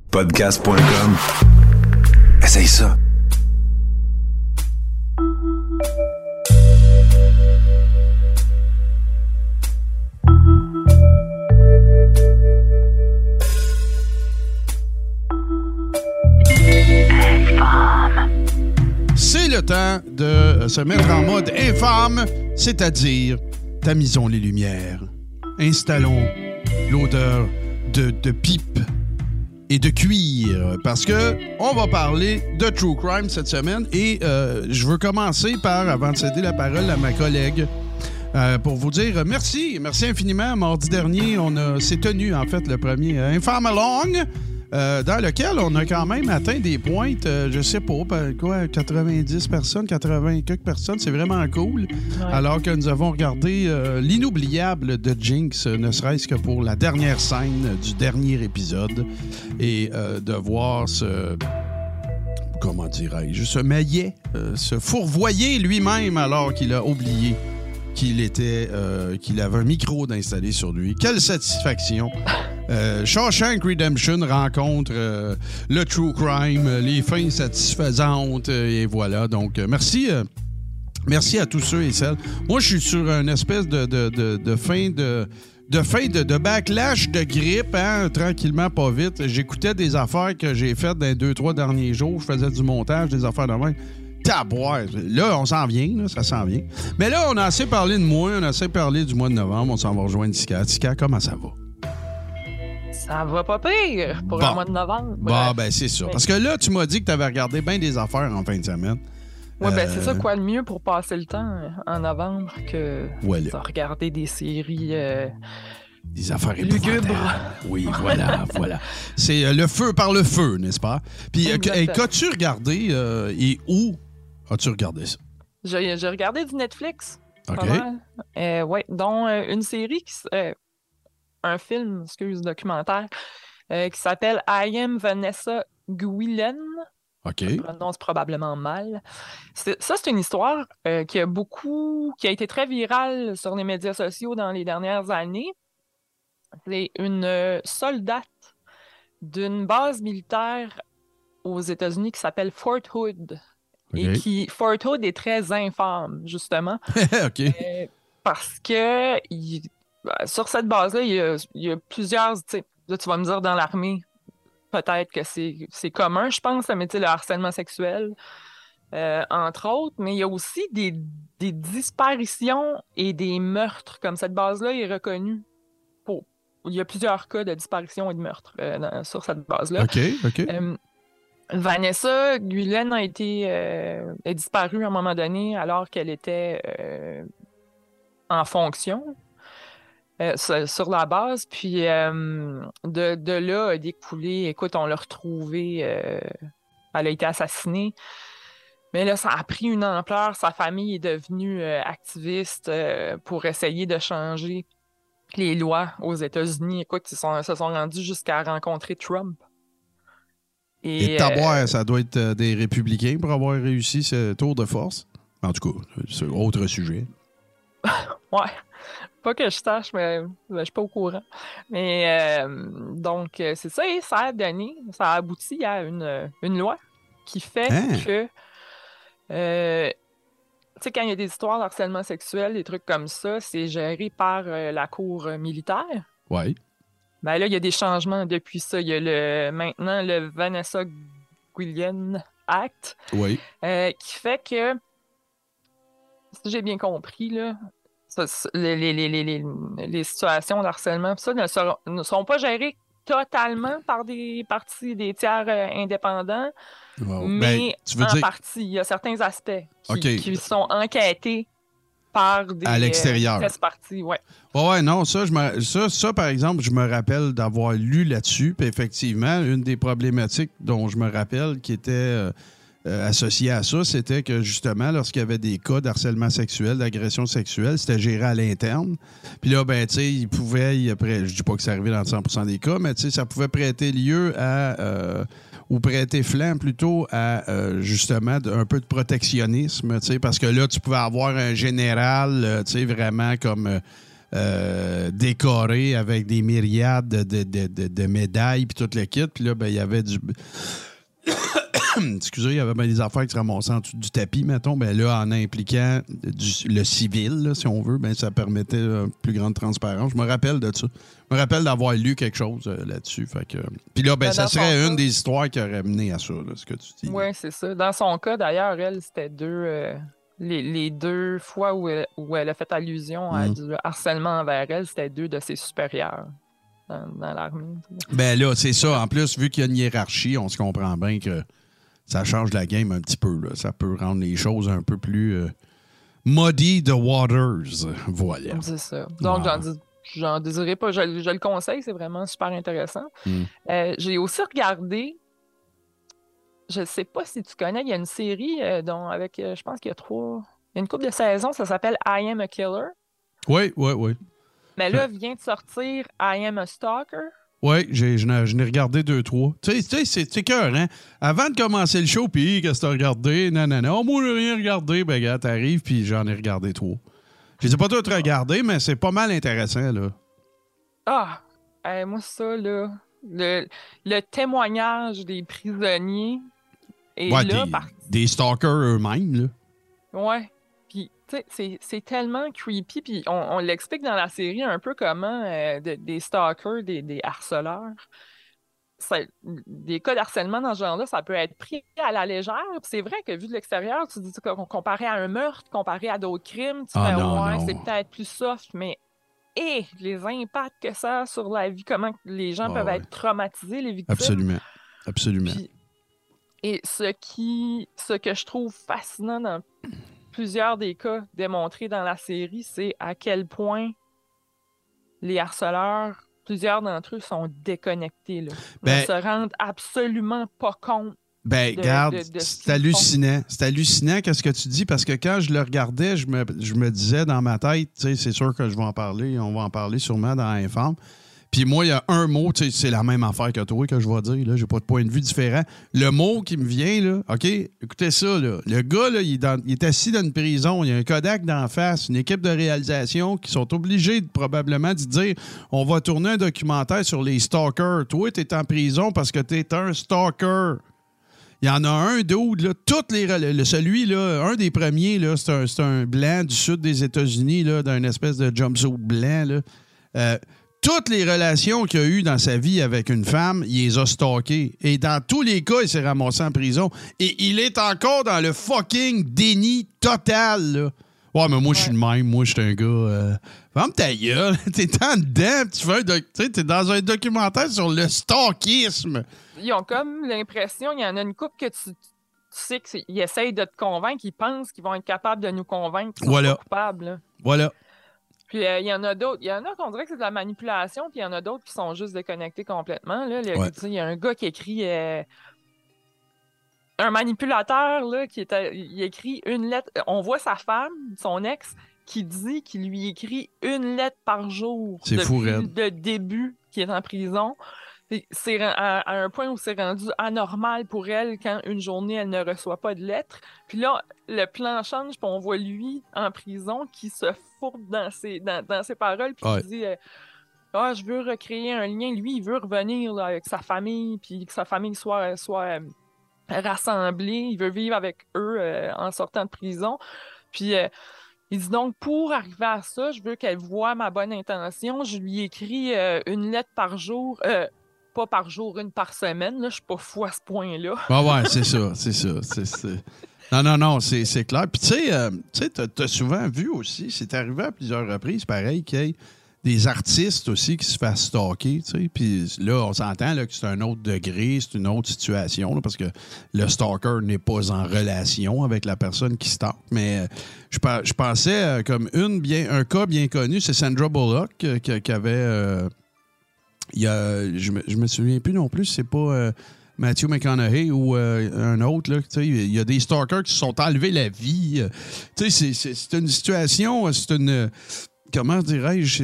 Podcast.com. Essaye ça. C'est le temps de se mettre en mode infâme, c'est-à-dire tamisons les lumières, installons l'odeur de pipe et de cuir, parce que on va parler de True Crime cette semaine et je veux commencer par, avant de céder la parole à ma collègue, pour vous dire merci infiniment. Mardi dernier, s'est tenu en fait le premier Infâme Along, dans lequel on a quand même atteint des pointes, je sais pas, 90 personnes, 80 quelques personnes, c'est vraiment cool. Ouais. Alors que nous avons regardé l'inoubliable de Jinx, ne serait-ce que pour la dernière scène du dernier épisode, et de voir comment dirais-je, ce maillet, se fourvoyer lui-même alors qu'il a oublié qu'il avait un micro d'installé sur lui. Quelle satisfaction! Shawshank Redemption rencontre le True Crime, les fins satisfaisantes, et voilà. Donc, merci à tous ceux et celles. Moi, je suis sur une espèce de fin de backlash de grippe, hein, tranquillement, pas vite. J'écoutais des affaires que j'ai faites dans les 2-3 derniers jours. Je faisais du montage, des affaires de même. Taboire. Là, on s'en vient, là, ça s'en vient. Mais là, on a assez parlé de moi, on a assez parlé du mois de novembre. On s'en va rejoindre Tika. Tika, comment ça va? Ça va pas pire pour le mois de novembre. Bon, ben c'est ça. Parce que là, tu m'as dit que tu avais regardé bien des affaires en fin de semaine. Oui, ben c'est ça, quoi le mieux pour passer le temps en novembre que voilà. de regarder des séries des affaires lugubres. Oui, voilà. C'est le feu par le feu, n'est-ce pas? Puis, qu'as-tu regardé et où as-tu regardé ça? J'ai regardé du Netflix. OK. Oui, dont une série un film, documentaire, qui s'appelle I Am Vanessa Guillen. OK. Je prononce probablement mal. C'est une histoire qui a été très virale sur les médias sociaux dans les dernières années. C'est une soldate d'une base militaire aux États-Unis qui s'appelle Fort Hood. Okay. Et Fort Hood est très infâme, justement. OK. Parce que sur cette base-là, il y a plusieurs... Là, tu vas me dire, dans l'armée, peut-être que c'est commun, je pense, mais le harcèlement sexuel, entre autres. Mais il y a aussi des disparitions et des meurtres. Comme cette base-là est reconnue il y a plusieurs cas de disparition et de meurtre sur cette base-là. OK. Vanessa Guillen est disparue à un moment donné alors qu'elle était en fonction sur la base. Puis de là a découlé, écoute, on l'a retrouvée, elle a été assassinée. Mais là, ça a pris une ampleur. Sa famille est devenue activiste pour essayer de changer les lois aux États-Unis. Écoute, ils se sont rendus jusqu'à rencontrer Trump. Et taboire, ça doit être des républicains pour avoir réussi ce tour de force. En tout cas, c'est un autre sujet. Ouais. Pas que je sache, mais je suis pas au courant. Mais donc, c'est ça, et ça a abouti à une loi qui fait que tu sais, quand il y a des histoires d'harcèlement sexuel, des trucs comme ça, c'est géré par la cour militaire. Oui. Ben là, il y a des changements depuis ça. Il y a maintenant le Vanessa Guillen Act. Oui. Qui fait que, si j'ai bien compris, là, les situations d'harcèlement ça, ne seront pas gérées totalement par des tiers indépendants. Wow. Mais partie, il y a certains aspects qui sont enquêtés par des... À l'extérieur. parties, ouais. Ouais, non, ça, par exemple, je me rappelle d'avoir lu là-dessus. Puis effectivement, une des problématiques dont je me rappelle qui était associée à ça, c'était que justement, lorsqu'il y avait des cas d'harcèlement sexuel, d'agression sexuelle, c'était géré à l'interne. Puis là, ben, tu sais, je dis pas que c'est arrivé dans 100% des cas, mais tu sais, ça pouvait prêter lieu à... ou prêter flanc plutôt à, justement, un peu de protectionnisme, tu sais, parce que là, tu pouvais avoir un général, tu sais, vraiment comme décoré avec des myriades de médailles puis tout le kit. Puis là, ben, il y avait du... Excusez, il y avait bien des affaires qui se ramassaient en dessous du tapis, mettons. Ben là, en impliquant le civil, là, si on veut, ben ça permettait une plus grande transparence. Je me rappelle de ça. Je me rappelle d'avoir lu quelque chose là-dessus. Fait que... Puis là, ben, ça serait une des histoires qui aurait mené à ça, là, ce que tu dis. Oui, c'est ça. Dans son cas, d'ailleurs, elle, c'était les 2 fois où elle a fait allusion à du harcèlement envers elle, c'était 2 de ses supérieurs dans l'armée. Ben là, c'est ça. En plus, vu qu'il y a une hiérarchie, on se comprend bien que ça change la game un petit peu. Là. Ça peut rendre les choses un peu plus muddy the waters. Voilà. C'est ça. Donc, j'en désirais pas. Je le conseille, c'est vraiment super intéressant. J'ai aussi regardé, je sais pas si tu connais, il y a une série avec, je pense qu'il y a 3... Il y a une couple de saisons, ça s'appelle I Am a Killer. Oui. Mais là, vient de sortir I Am a Stalker. Oui, je n'ai regardé 2-3. Tu sais, c'est cœur, hein? Avant de commencer le show, puis qu'est-ce que t'as regardé? Non. Moi, je n'ai rien regardé. Ben, gars, t'arrives, puis j'en ai regardé 3. Je les ai pas toutes regardées, mais c'est pas mal intéressant, là. Ah! Moi, ça, là... Le témoignage des prisonniers est là... Des stalkers eux-mêmes, là. Ouais. Puis, tu sais, c'est tellement creepy. Puis, on l'explique dans la série un peu comment des stalkers, des harceleurs, des cas d'harcèlement dans ce genre-là, ça peut être pris à la légère. Puis c'est vrai que vu de l'extérieur, tu dis comparé à un meurtre, comparé à d'autres crimes, tu fais non. C'est peut-être plus soft, mais les impacts que ça a sur la vie, comment les gens peuvent être traumatisés, les victimes. Absolument. Puis, et ce que je trouve fascinant dans plusieurs des cas démontrés dans la série, c'est à quel point les harceleurs, plusieurs d'entre eux sont déconnectés. Là. Ils ne se rendent absolument pas compte. Regarde, c'est hallucinant. C'est hallucinant qu'est-ce que tu dis, parce que quand je le regardais, je me disais dans ma tête, tu sais, c'est sûr que je vais en parler, on va en parler sûrement dans Informe. Puis moi, il y a un mot, tu sais, c'est la même affaire que toi que je vais dire, là, j'ai pas de point de vue différent. Le mot qui me vient, là, OK, écoutez ça, là. Le gars, là, il est assis dans une prison, il y a un Kodak d'en face, une équipe de réalisation qui sont obligés probablement de dire on va tourner un documentaire sur les stalkers. Toi, t'es en prison parce que t'es un stalker. Il y en a un dude, là, celui-là, un des premiers, là, c'est un blanc du sud des États-Unis, là, d'un espèce de jumpsuit blanc, là. Toutes les relations qu'il a eues dans sa vie avec une femme, il les a stalkées. Et dans tous les cas, il s'est ramassé en prison. Et il est encore dans le fucking déni total, là. Ouais, mais moi, je suis le même. Moi, je suis un gars... Ferme ta gueule. T'es en dedans. T'es dans un documentaire sur le stalkisme. Ils ont comme l'impression, il y en a une couple que tu sais qu'ils essayent de te convaincre, ils pensent qu'ils vont être capables de nous convaincre qu'ils sont pas coupables. Là. Voilà. Puis il y en a d'autres. Il y en a qu'on dirait que c'est de la manipulation, puis il y en a d'autres qui sont juste déconnectés complètement. Là. Il y a un gars qui écrit... un manipulateur, là, il écrit une lettre... On voit sa femme, son ex, qui dit qu'il lui écrit une lettre par jour. C'est fou, raide. Depuis le début qu'il est en prison. C'est à un point où c'est rendu anormal pour elle quand une journée, elle ne reçoit pas de lettre. Puis là, le plan change, puis on voit lui en prison qui se fourbe dans ses paroles, puis il dit je veux recréer un lien. Lui, il veut revenir là, avec sa famille, puis que sa famille soit rassemblée. Il veut vivre avec eux en sortant de prison. Puis il dit donc, pour arriver à ça, je veux qu'elle voie ma bonne intention. Je lui écris une lettre par jour. Pas par jour, une par semaine. Là, je suis pas fou à ce point-là. Ouais, c'est ça. Non, c'est clair. Puis tu sais, t'as souvent vu aussi, c'est arrivé à plusieurs reprises, pareil, qu'il y ait des artistes aussi qui se fassent stalker, tu sais. Puis là, on s'entend là, que c'est un autre degré, c'est une autre situation, là, parce que le stalker n'est pas en relation avec la personne qui stalk. Mais je pensais comme un cas bien connu, c'est Sandra Bullock qui avait... je me souviens plus non plus, c'est pas Matthew McConaughey ou un autre. Là, il y a des stalkers qui se sont enlevés la vie. C'est une situation, c'est une... Comment dirais-je?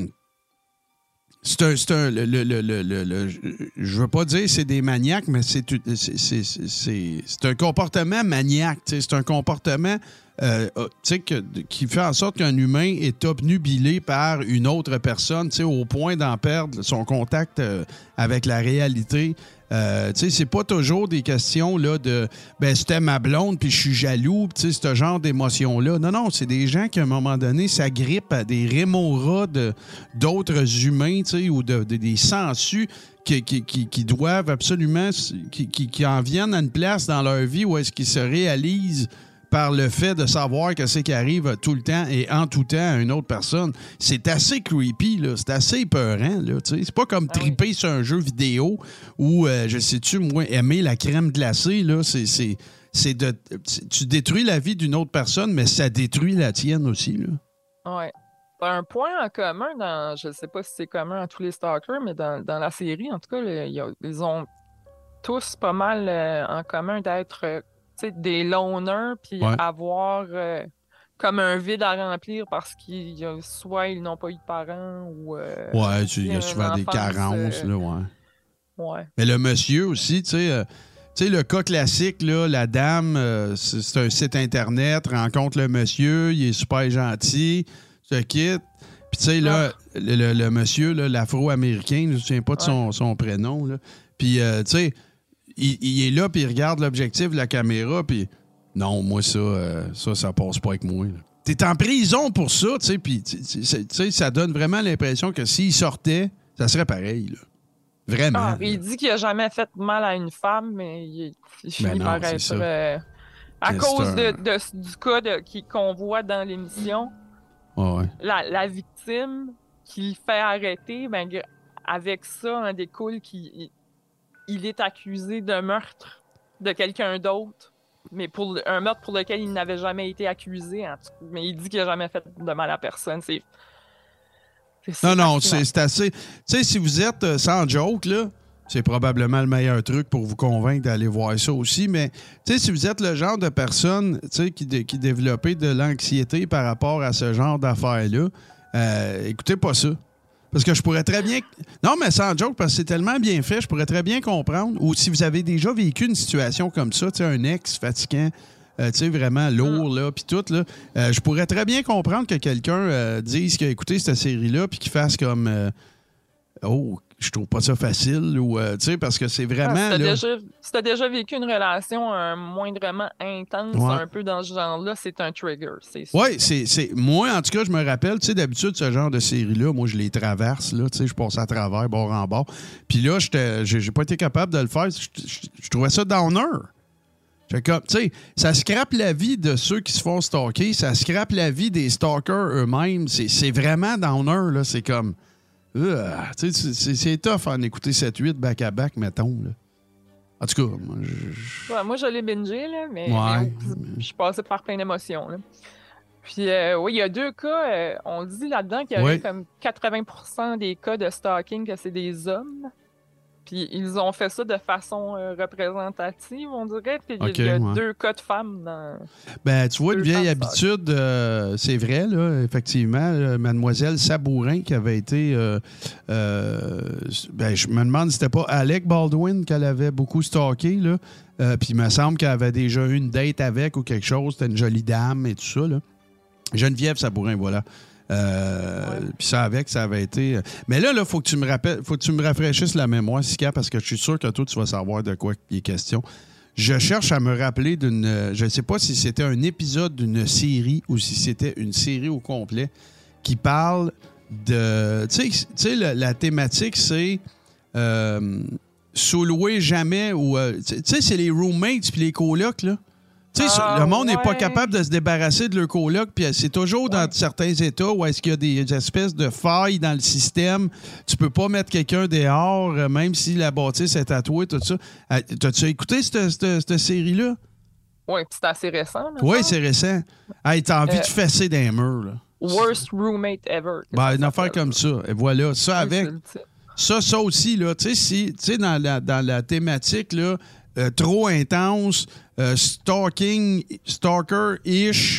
Je veux pas dire c'est des maniaques, mais c'est un comportement maniaque. C'est un comportement qui fait en sorte qu'un humain est obnubilé par une autre personne, au point d'en perdre son contact avec la réalité. C'est pas toujours des questions là, de c'était ma blonde puis je suis jaloux, ce genre d'émotions-là. Non, c'est des gens qui, à un moment donné, s'agrippent à des rémoras d'autres humains ou des sangsues qui doivent absolument, qui en viennent à une place dans leur vie où est-ce qu'ils se réalisent par le fait de savoir que c'est qui arrive tout le temps et en tout temps à une autre personne. C'est assez creepy, là. C'est assez épeurant, là. C'est pas comme triper sur un jeu vidéo où, je sais-tu, moi, aimer la crème glacée, là, tu détruis la vie d'une autre personne, mais ça détruit la tienne aussi, là. Ouais. Un point en commun, je ne sais pas si c'est commun à tous les stalkers, mais dans la série, en tout cas, ils ont tous pas mal en commun d'être des loners, puis avoir comme un vide à remplir parce qu'ils soit ils n'ont pas eu de parents ou... il y a souvent des carences, là, ouais. Mais le monsieur aussi, tu sais, le cas classique, là, la dame, c'est un site Internet, rencontre le monsieur, il est super gentil, se quitte. Puis, tu sais, là, le monsieur, là, l'Afro-Américain, je ne me souviens pas de son prénom, là. Puis, tu sais, il est là, puis il regarde l'objectif de la caméra, puis non, moi, ça passe pas avec moi. T'es en prison pour ça, tu sais, puis ça donne vraiment l'impression que s'il sortait, ça serait pareil, là. Vraiment. Il dit qu'il a jamais fait mal à une femme, mais il finit par être... à cause du cas qu'on voit dans l'émission, la victime qui fait arrêter, avec ça, en découle qu'il est accusé de meurtre de quelqu'un d'autre, mais pour un meurtre pour lequel il n'avait jamais été accusé. Mais il dit qu'il n'a jamais fait de mal à personne. Non, c'est assez... Tu sais, si vous êtes sans joke, là, c'est probablement le meilleur truc pour vous convaincre d'aller voir ça aussi, mais tu sais, si vous êtes le genre de personne qui développait de l'anxiété par rapport à ce genre d'affaires-là, écoutez pas ça. Parce que je pourrais très bien... Non, mais sans joke, parce que c'est tellement bien fait, je pourrais très bien comprendre. Ou si vous avez déjà vécu une situation comme ça, un ex fatigant, vraiment lourd, là, puis tout, là, je pourrais très bien comprendre que quelqu'un dise qu'il a écouté cette série-là puis qu'il fasse comme... je trouve pas ça facile, ou, parce que c'est vraiment... Si t'as déjà vécu une relation moindrement intense, un peu dans ce genre-là, c'est un trigger, c'est sûr. Oui, moi, en tout cas, je me rappelle, d'habitude, ce genre de série-là, moi, je les traverse, là, je passe à travers, bord en bord. Puis là, j'ai pas été capable de le faire. Je trouvais ça downer. Ça scrape la vie de ceux qui se font stalker, ça scrape la vie des stalkers eux-mêmes. C'est vraiment downer, là. C'est comme... c'est tough en écouter 7-8 back-à-back, mettons. Là. En tout cas, moi, je l'ai bingé, là, mais je suis passé par plein d'émotions. Là. Puis, il y a 2 cas. On dit là-dedans qu'il y a comme 80% des cas de stalking que c'est des hommes. Puis, ils ont fait ça de façon représentative, on dirait. Puis, il y a 2 cas de femmes dans... tu vois, une vieille habitude, c'est vrai, là, effectivement. Mademoiselle Sabourin, qui avait été... je me demande si c'était pas Alec Baldwin qu'elle avait beaucoup stalké, là. Puis, il me semble qu'elle avait déjà eu une date avec ou quelque chose. C'était une jolie dame et tout ça, là. Geneviève Sabourin, voilà. Puis ça avait été... Mais là, faut que tu me rappelles, faut que tu me rafraîchisses la mémoire, Sika, parce que je suis sûr que toi, tu vas savoir de quoi il est question. Je cherche à me rappeler je ne sais pas si c'était un épisode d'une série ou si c'était une série au complet qui parle de... Tu sais, la thématique, c'est... sous-louer jamais ou... tu sais, c'est les roommates puis les colocs, là. Tu sais, le monde n'est pas capable de se débarrasser de leur coloc, puis c'est toujours dans certains états où est-ce qu'il y a des espèces de failles dans le système. Tu peux pas mettre quelqu'un dehors, même si la bâtisse est tatouée, tout ça. T'as-tu écouté cette série-là? Oui, c'est assez récent. Oui, c'est récent. Hey, t'as envie de fesser dans les murs, là. Worst roommate ever. Une affaire comme ça. Et voilà, ça avec... Ça aussi, là, tu sais, dans la thématique, là, trop intense, stalker-ish,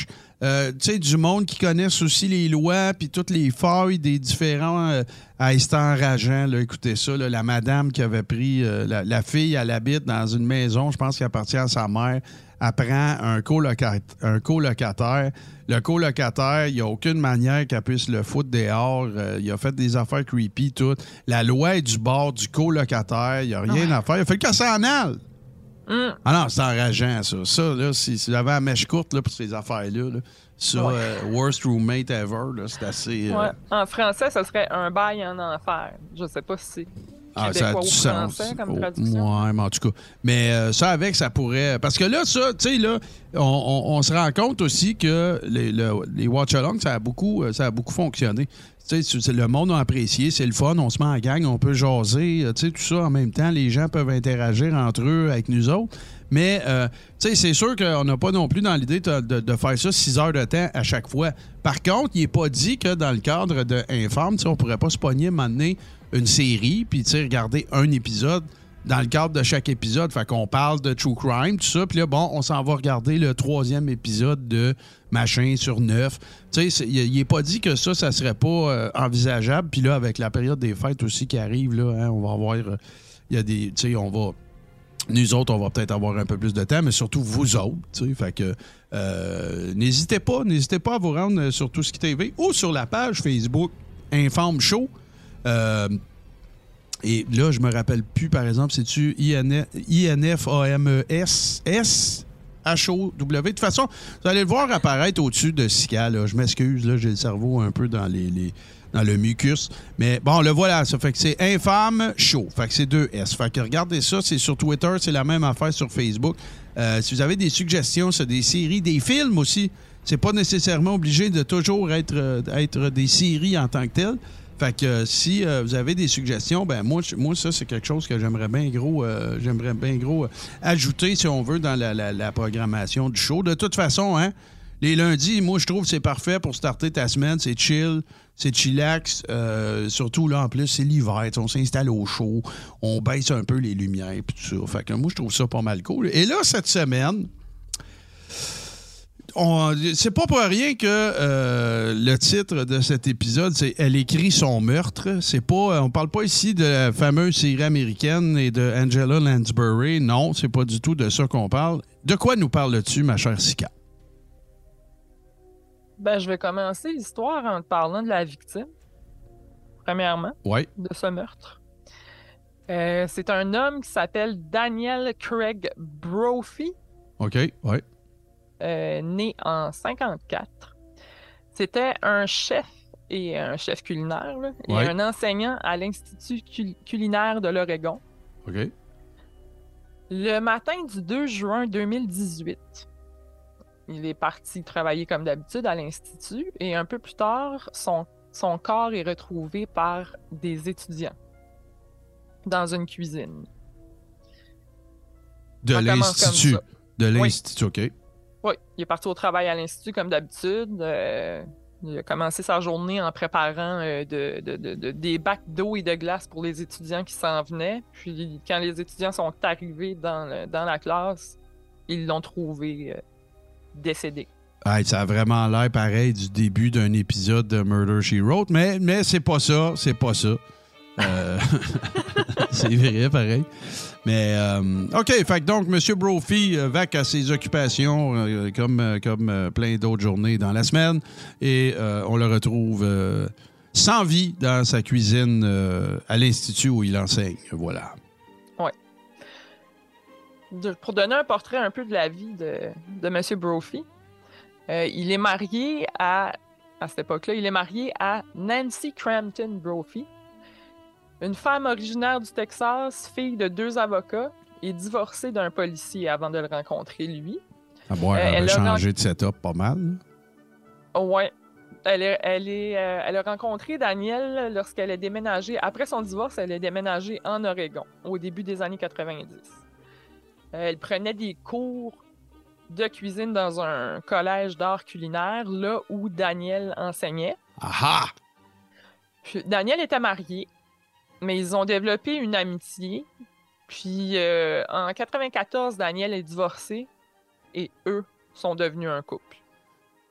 tu sais, du monde qui connaissent aussi les lois puis toutes les failles des différents... c'est enrageant, là, écoutez ça, là, la madame qui avait pris... la fille, elle habite dans une maison, je pense qu'elle appartient à sa mère. Elle prend un colocataire. Le colocataire, il n'y a aucune manière qu'elle puisse le foutre dehors. Il a fait des affaires creepy, tout. La loi est du bord du colocataire. Il n'y a rien à faire. Il a fait que ça en aille. Ah non, c'est enrageant, ça. Ça, là, si j'avais la mèche courte là, pour ces affaires-là, là, ça, worst roommate ever, là, c'est assez... En français, ça serait un bail en enfer. Je sais pas si c'est québécois ou français comme traduction. Ouais, mais en tout cas. Mais ça, avec, ça pourrait... Parce que là, ça, tu sais, là, on se rend compte aussi que les watch-alongs, ça a beaucoup fonctionné. Tu sais, le monde a apprécié, c'est le fun, on se met en gang, on peut jaser, tu sais, tout ça en même temps, les gens peuvent interagir entre eux avec nous autres. Mais, tu sais, c'est sûr qu'on n'a pas non plus dans l'idée de faire ça 6 heures de temps à chaque fois. Par contre, il n'est pas dit que dans le cadre de Informe, on ne pourrait pas se pogner, m'amener une série, puis, tu sais, regarder un épisode dans le cadre de chaque épisode. Fait qu'on parle de True Crime, tout ça. Puis là, bon, on s'en va regarder le 3e épisode de Machin sur 9. Tu sais, il n'est pas dit que ça serait pas envisageable. Puis là, avec la période des fêtes aussi qui arrive, là, hein, on va avoir... Il y a des... Tu sais, on va... Nous autres, on va peut-être avoir un peu plus de temps, mais surtout vous autres. Tu sais, fait que n'hésitez pas à vous rendre sur Tout ce qui TV ou sur la page Facebook Informe Show. Et là, je me rappelle plus, par exemple, c'est-tu INFAMES-HOW? De toute façon, vous allez le voir apparaître au-dessus de Sika. Là. Je m'excuse, là, j'ai le cerveau un peu dans dans le mucus. Mais bon, le voilà, ça fait que c'est Infâme Show. Fait que c'est 2 S. Fait que regardez ça, c'est sur Twitter, c'est la même affaire sur Facebook. Si vous avez des suggestions sur des séries, des films aussi, c'est pas nécessairement obligé de toujours être des séries en tant que telles. Fait que si vous avez des suggestions, ben moi ça, c'est quelque chose que j'aimerais bien gros ajouter, si on veut, dans la programmation du show. De toute façon, hein, les lundis, moi, je trouve que c'est parfait pour starter ta semaine. C'est chill, c'est chillax. Surtout, là, en plus, c'est l'hiver. On s'installe au chaud, on baisse un peu les lumières et tout ça. Fait que moi, je trouve ça pas mal cool. Et là, cette semaine... c'est pas pour rien que le titre de cet épisode, c'est « Elle écrit son meurtre ». C'est pas, on parle pas ici de la fameuse série américaine et de Angela Lansbury. Non, c'est pas du tout de ça qu'on parle. De quoi nous parles-tu, ma chère Sika? Ben, je vais commencer l'histoire en te parlant de la victime, premièrement, de ce meurtre. C'est un homme qui s'appelle Daniel Craig Brophy. OK, ouais. Né en 1954. C'était un chef culinaire là, et un enseignant à l'Institut culinaire de l'Oregon. OK. Le matin du 2 juin 2018, il est parti travailler comme d'habitude à l'Institut et un peu plus tard, son corps est retrouvé par des étudiants dans une cuisine. De l'Institut. De l'Institut, OK. Oui, il est parti au travail à l'Institut comme d'habitude. Il a commencé sa journée en préparant des bacs d'eau et de glace pour les étudiants qui s'en venaient. Puis quand les étudiants sont arrivés dans la classe, ils l'ont trouvé décédé. Hey, ça a vraiment l'air pareil du début d'un épisode de Murder, She Wrote, mais c'est pas ça, c'est pas ça. C'est vrai, pareil. Mais, OK, fait que donc, M. Brophy vaque à ses occupations comme plein d'autres journées dans la semaine et on le retrouve sans vie dans sa cuisine à l'Institut où il enseigne. Voilà. Oui. Pour donner un portrait un peu de la vie de M. Brophy, il est marié à cette époque-là, il est marié à Nancy Crampton Brophy, une femme originaire du Texas, fille de 2 avocats et divorcée d'un policier avant de le rencontrer, lui. Ah bon, elle a changé de setup pas mal. Oui. Elle a rencontré Daniel lorsqu'elle a déménagé. Après son divorce, elle a déménagé en Oregon, au début des années 90. Elle prenait des cours de cuisine dans un collège d'art culinaire, là où Daniel enseignait. Aha! Puis, Daniel était marié. Mais ils ont développé une amitié. Puis en 94, Daniel est divorcé et eux sont devenus un couple.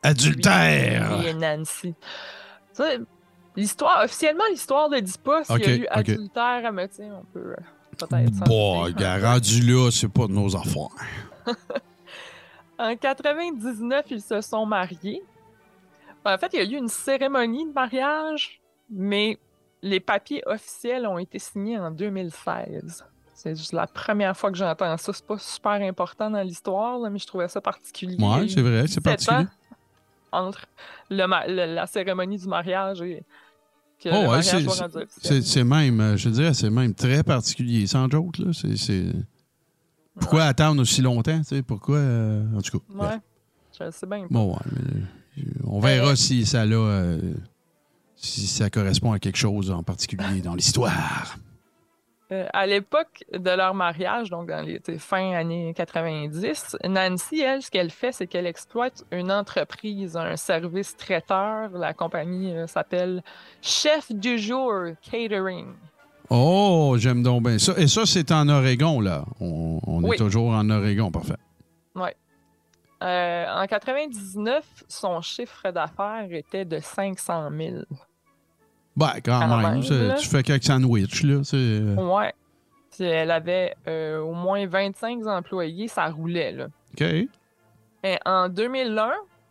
Adultère! Lui et Nancy. Ça, officiellement, l'histoire ne dit pas s'il y a eu adultère à moitié. On peut peut-être s'en Bon, douter. rendu là, c'est pas de nos affaires. En 99, ils se sont mariés. En fait, il y a eu une cérémonie de mariage, mais les papiers officiels ont été signés en 2016. C'est juste la première fois que j'entends ça. C'est pas super important dans l'histoire, là, mais je trouvais ça particulier. Ouais, c'est vrai, c'est particulier. Entre la cérémonie du mariage et que le ouais, mariage soit rendu officiel. c'est même, je dirais, c'est même très particulier, sans joke, là. Pourquoi attendre aussi longtemps, tu sais? Pourquoi, en tout cas. Ouais, je sais bien. Bon, ouais, on verra si ça si ça correspond à quelque chose en particulier dans l'histoire. À l'époque de leur mariage, donc dans les fin années 90, Nancy, elle, ce qu'elle fait, c'est qu'elle exploite une entreprise, un service traiteur. La compagnie s'appelle Chef du jour Catering. Oh, j'aime donc bien ça. Et ça, c'est en Oregon, là. On Oui. est toujours en Oregon, parfait. Oui. En 99, son chiffre d'affaires était de 500 000. Ben, quand même. Tu fais quelques sandwichs, là. Ouais. Puis elle avait au moins 25 employés, ça roulait, là. OK. Et en 2001,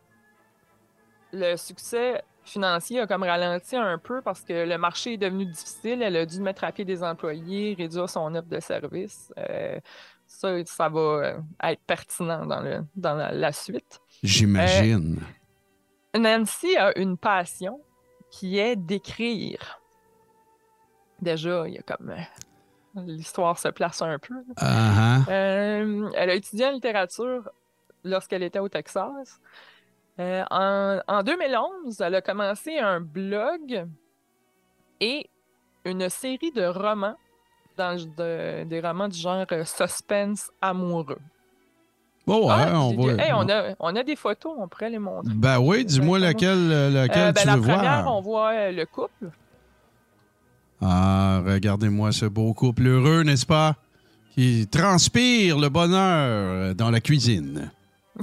le succès financier a comme ralenti un peu parce que le marché est devenu difficile. Elle a dû mettre à pied des employés, réduire son offre de service. Ça va être pertinent dans la suite. J'imagine. Nancy a une passion qui est d'écrire. Déjà, il y a comme... l'histoire se place un peu. Elle a étudié en littérature lorsqu'elle était au Texas. En 2011, elle a commencé un blog et une série de romans, des romans du genre suspense amoureux. Bon, ouais, on a des photos, on pourrait les montrer. Ben oui, dis-moi laquelle tu veux voir. La première, on voit le couple. Ah, regardez-moi ce beau couple heureux, n'est-ce pas? Qui transpire le bonheur dans la cuisine.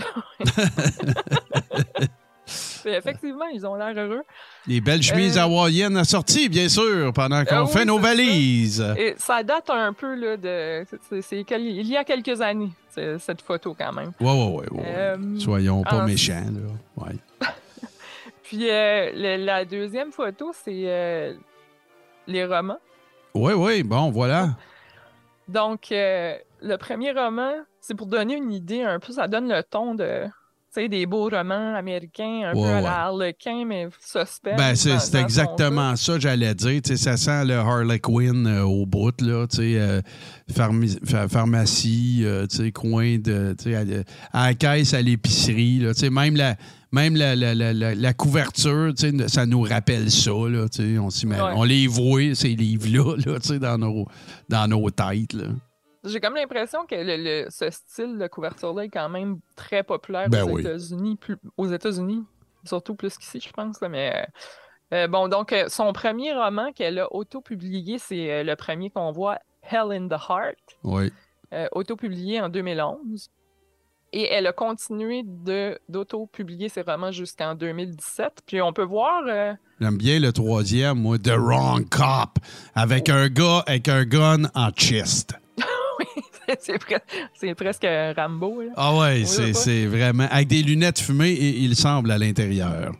Effectivement, ils ont l'air heureux. Les belles chemises hawaïennes assorties, bien sûr, pendant qu'on fait nos valises. Et ça date un peu là, il y a quelques années, cette photo quand même. Ouais. Soyons pas méchants, là. Ouais. Puis la deuxième photo, c'est les romans. Oui, bon, voilà. Donc, le premier roman, c'est pour donner une idée un peu, ça donne le ton de... Tu sais, des beaux romans américains, un peu à la Harlequin, mais suspense. Ben, c'est exactement ça, j'allais dire. Tu sais, ça sent le Harlequin au bout, là. Tu sais, pharmacie, tu sais, coin de... Tu sais, à la caisse, à l'épicerie, là. Tu sais, même la couverture, tu sais, ça nous rappelle ça, là. Tu sais, on les voit, ces livres-là, là, tu sais, dans nos têtes, là. J'ai comme l'impression que ce style de couverture-là est quand même très populaire aux États-Unis, surtout plus qu'ici, je pense. Là, mais bon, donc son premier roman qu'elle a auto-publié, c'est le premier qu'on voit, Hell in the Heart, auto-publié en 2011. Et elle a continué d'auto-publier ses romans jusqu'en 2017. Puis on peut voir... J'aime bien le troisième, moi, The Wrong Cop, avec un gars avec un gun en chest. C'est presque Rambo. Là. Ah ouais, c'est vraiment... Avec des lunettes fumées et il semble à l'intérieur.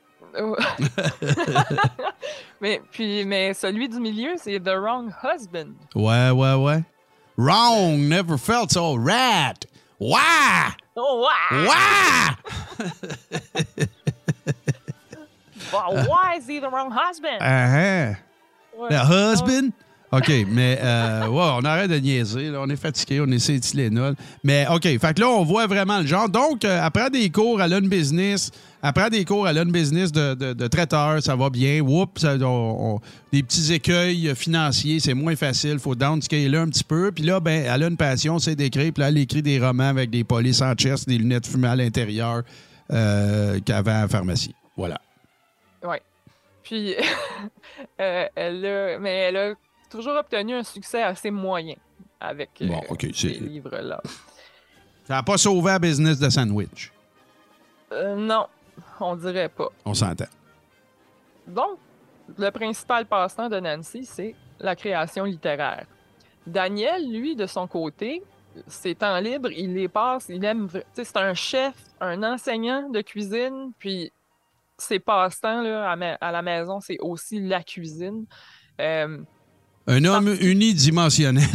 mais celui du milieu, c'est The Wrong Husband. Ouais. Wrong never felt so right. Why? Oh, wow! Why? But why is he the wrong husband? The husband? OK, mais on arrête de niaiser. Là. On est fatigué, on essaie de Tylenol. Mais OK, fait que là, on voit vraiment le genre. Donc, après des cours à Lone Business, de traiteur, ça va bien. Oups, des petits écueils financiers, c'est moins facile. Il faut downscaler un petit peu. Puis là, ben, elle a une passion, c'est d'écrire. Puis là, elle écrit des romans avec des polices en chest, des lunettes fumées à l'intérieur qu'avant à la pharmacie. Voilà. Oui. Puis, elle a toujours obtenu un succès assez moyen avec ces livres-là. Ça n'a pas sauvé la business de sandwich. Non. on dirait pas. On s'entend. Donc, le principal passe-temps de Nancy, c'est la création littéraire. Daniel, lui, de son côté, ses temps libres, il les passe, il aime... C'est un chef, un enseignant de cuisine, puis ses passe-temps là, à la maison, c'est aussi la cuisine. Un homme unidimensionnel.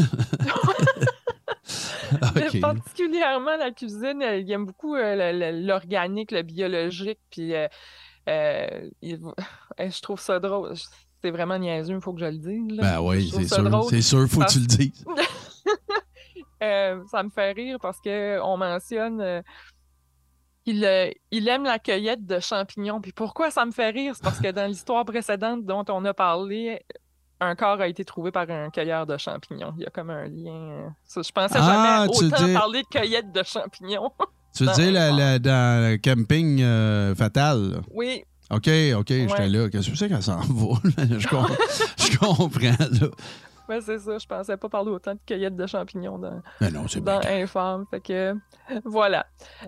Okay. Particulièrement la cuisine, il aime beaucoup l'organique, le biologique, puis je trouve ça drôle. C'est vraiment niaiseux, il faut que je le dise. Là. Ben oui, c'est sûr. C'est sûr, faut que tu le dises. Ça me fait rire parce qu'on mentionne qu'il aime la cueillette de champignons. Puis pourquoi ça me fait rire? C'est parce que dans l'histoire précédente dont on a parlé, un corps a été trouvé par un cueilleur de champignons. Il y a comme un lien. Je pensais jamais autant parler de cueillette de champignons. Tu veux dire dans le camping fatal? Là. Oui. OK, j'étais là. Qu'est-ce que c'est qu'elle s'en va? Je comprends, là. Ouais, c'est ça. Je pensais pas parler autant de cueillette de champignons dans Infâme. Fait que, voilà.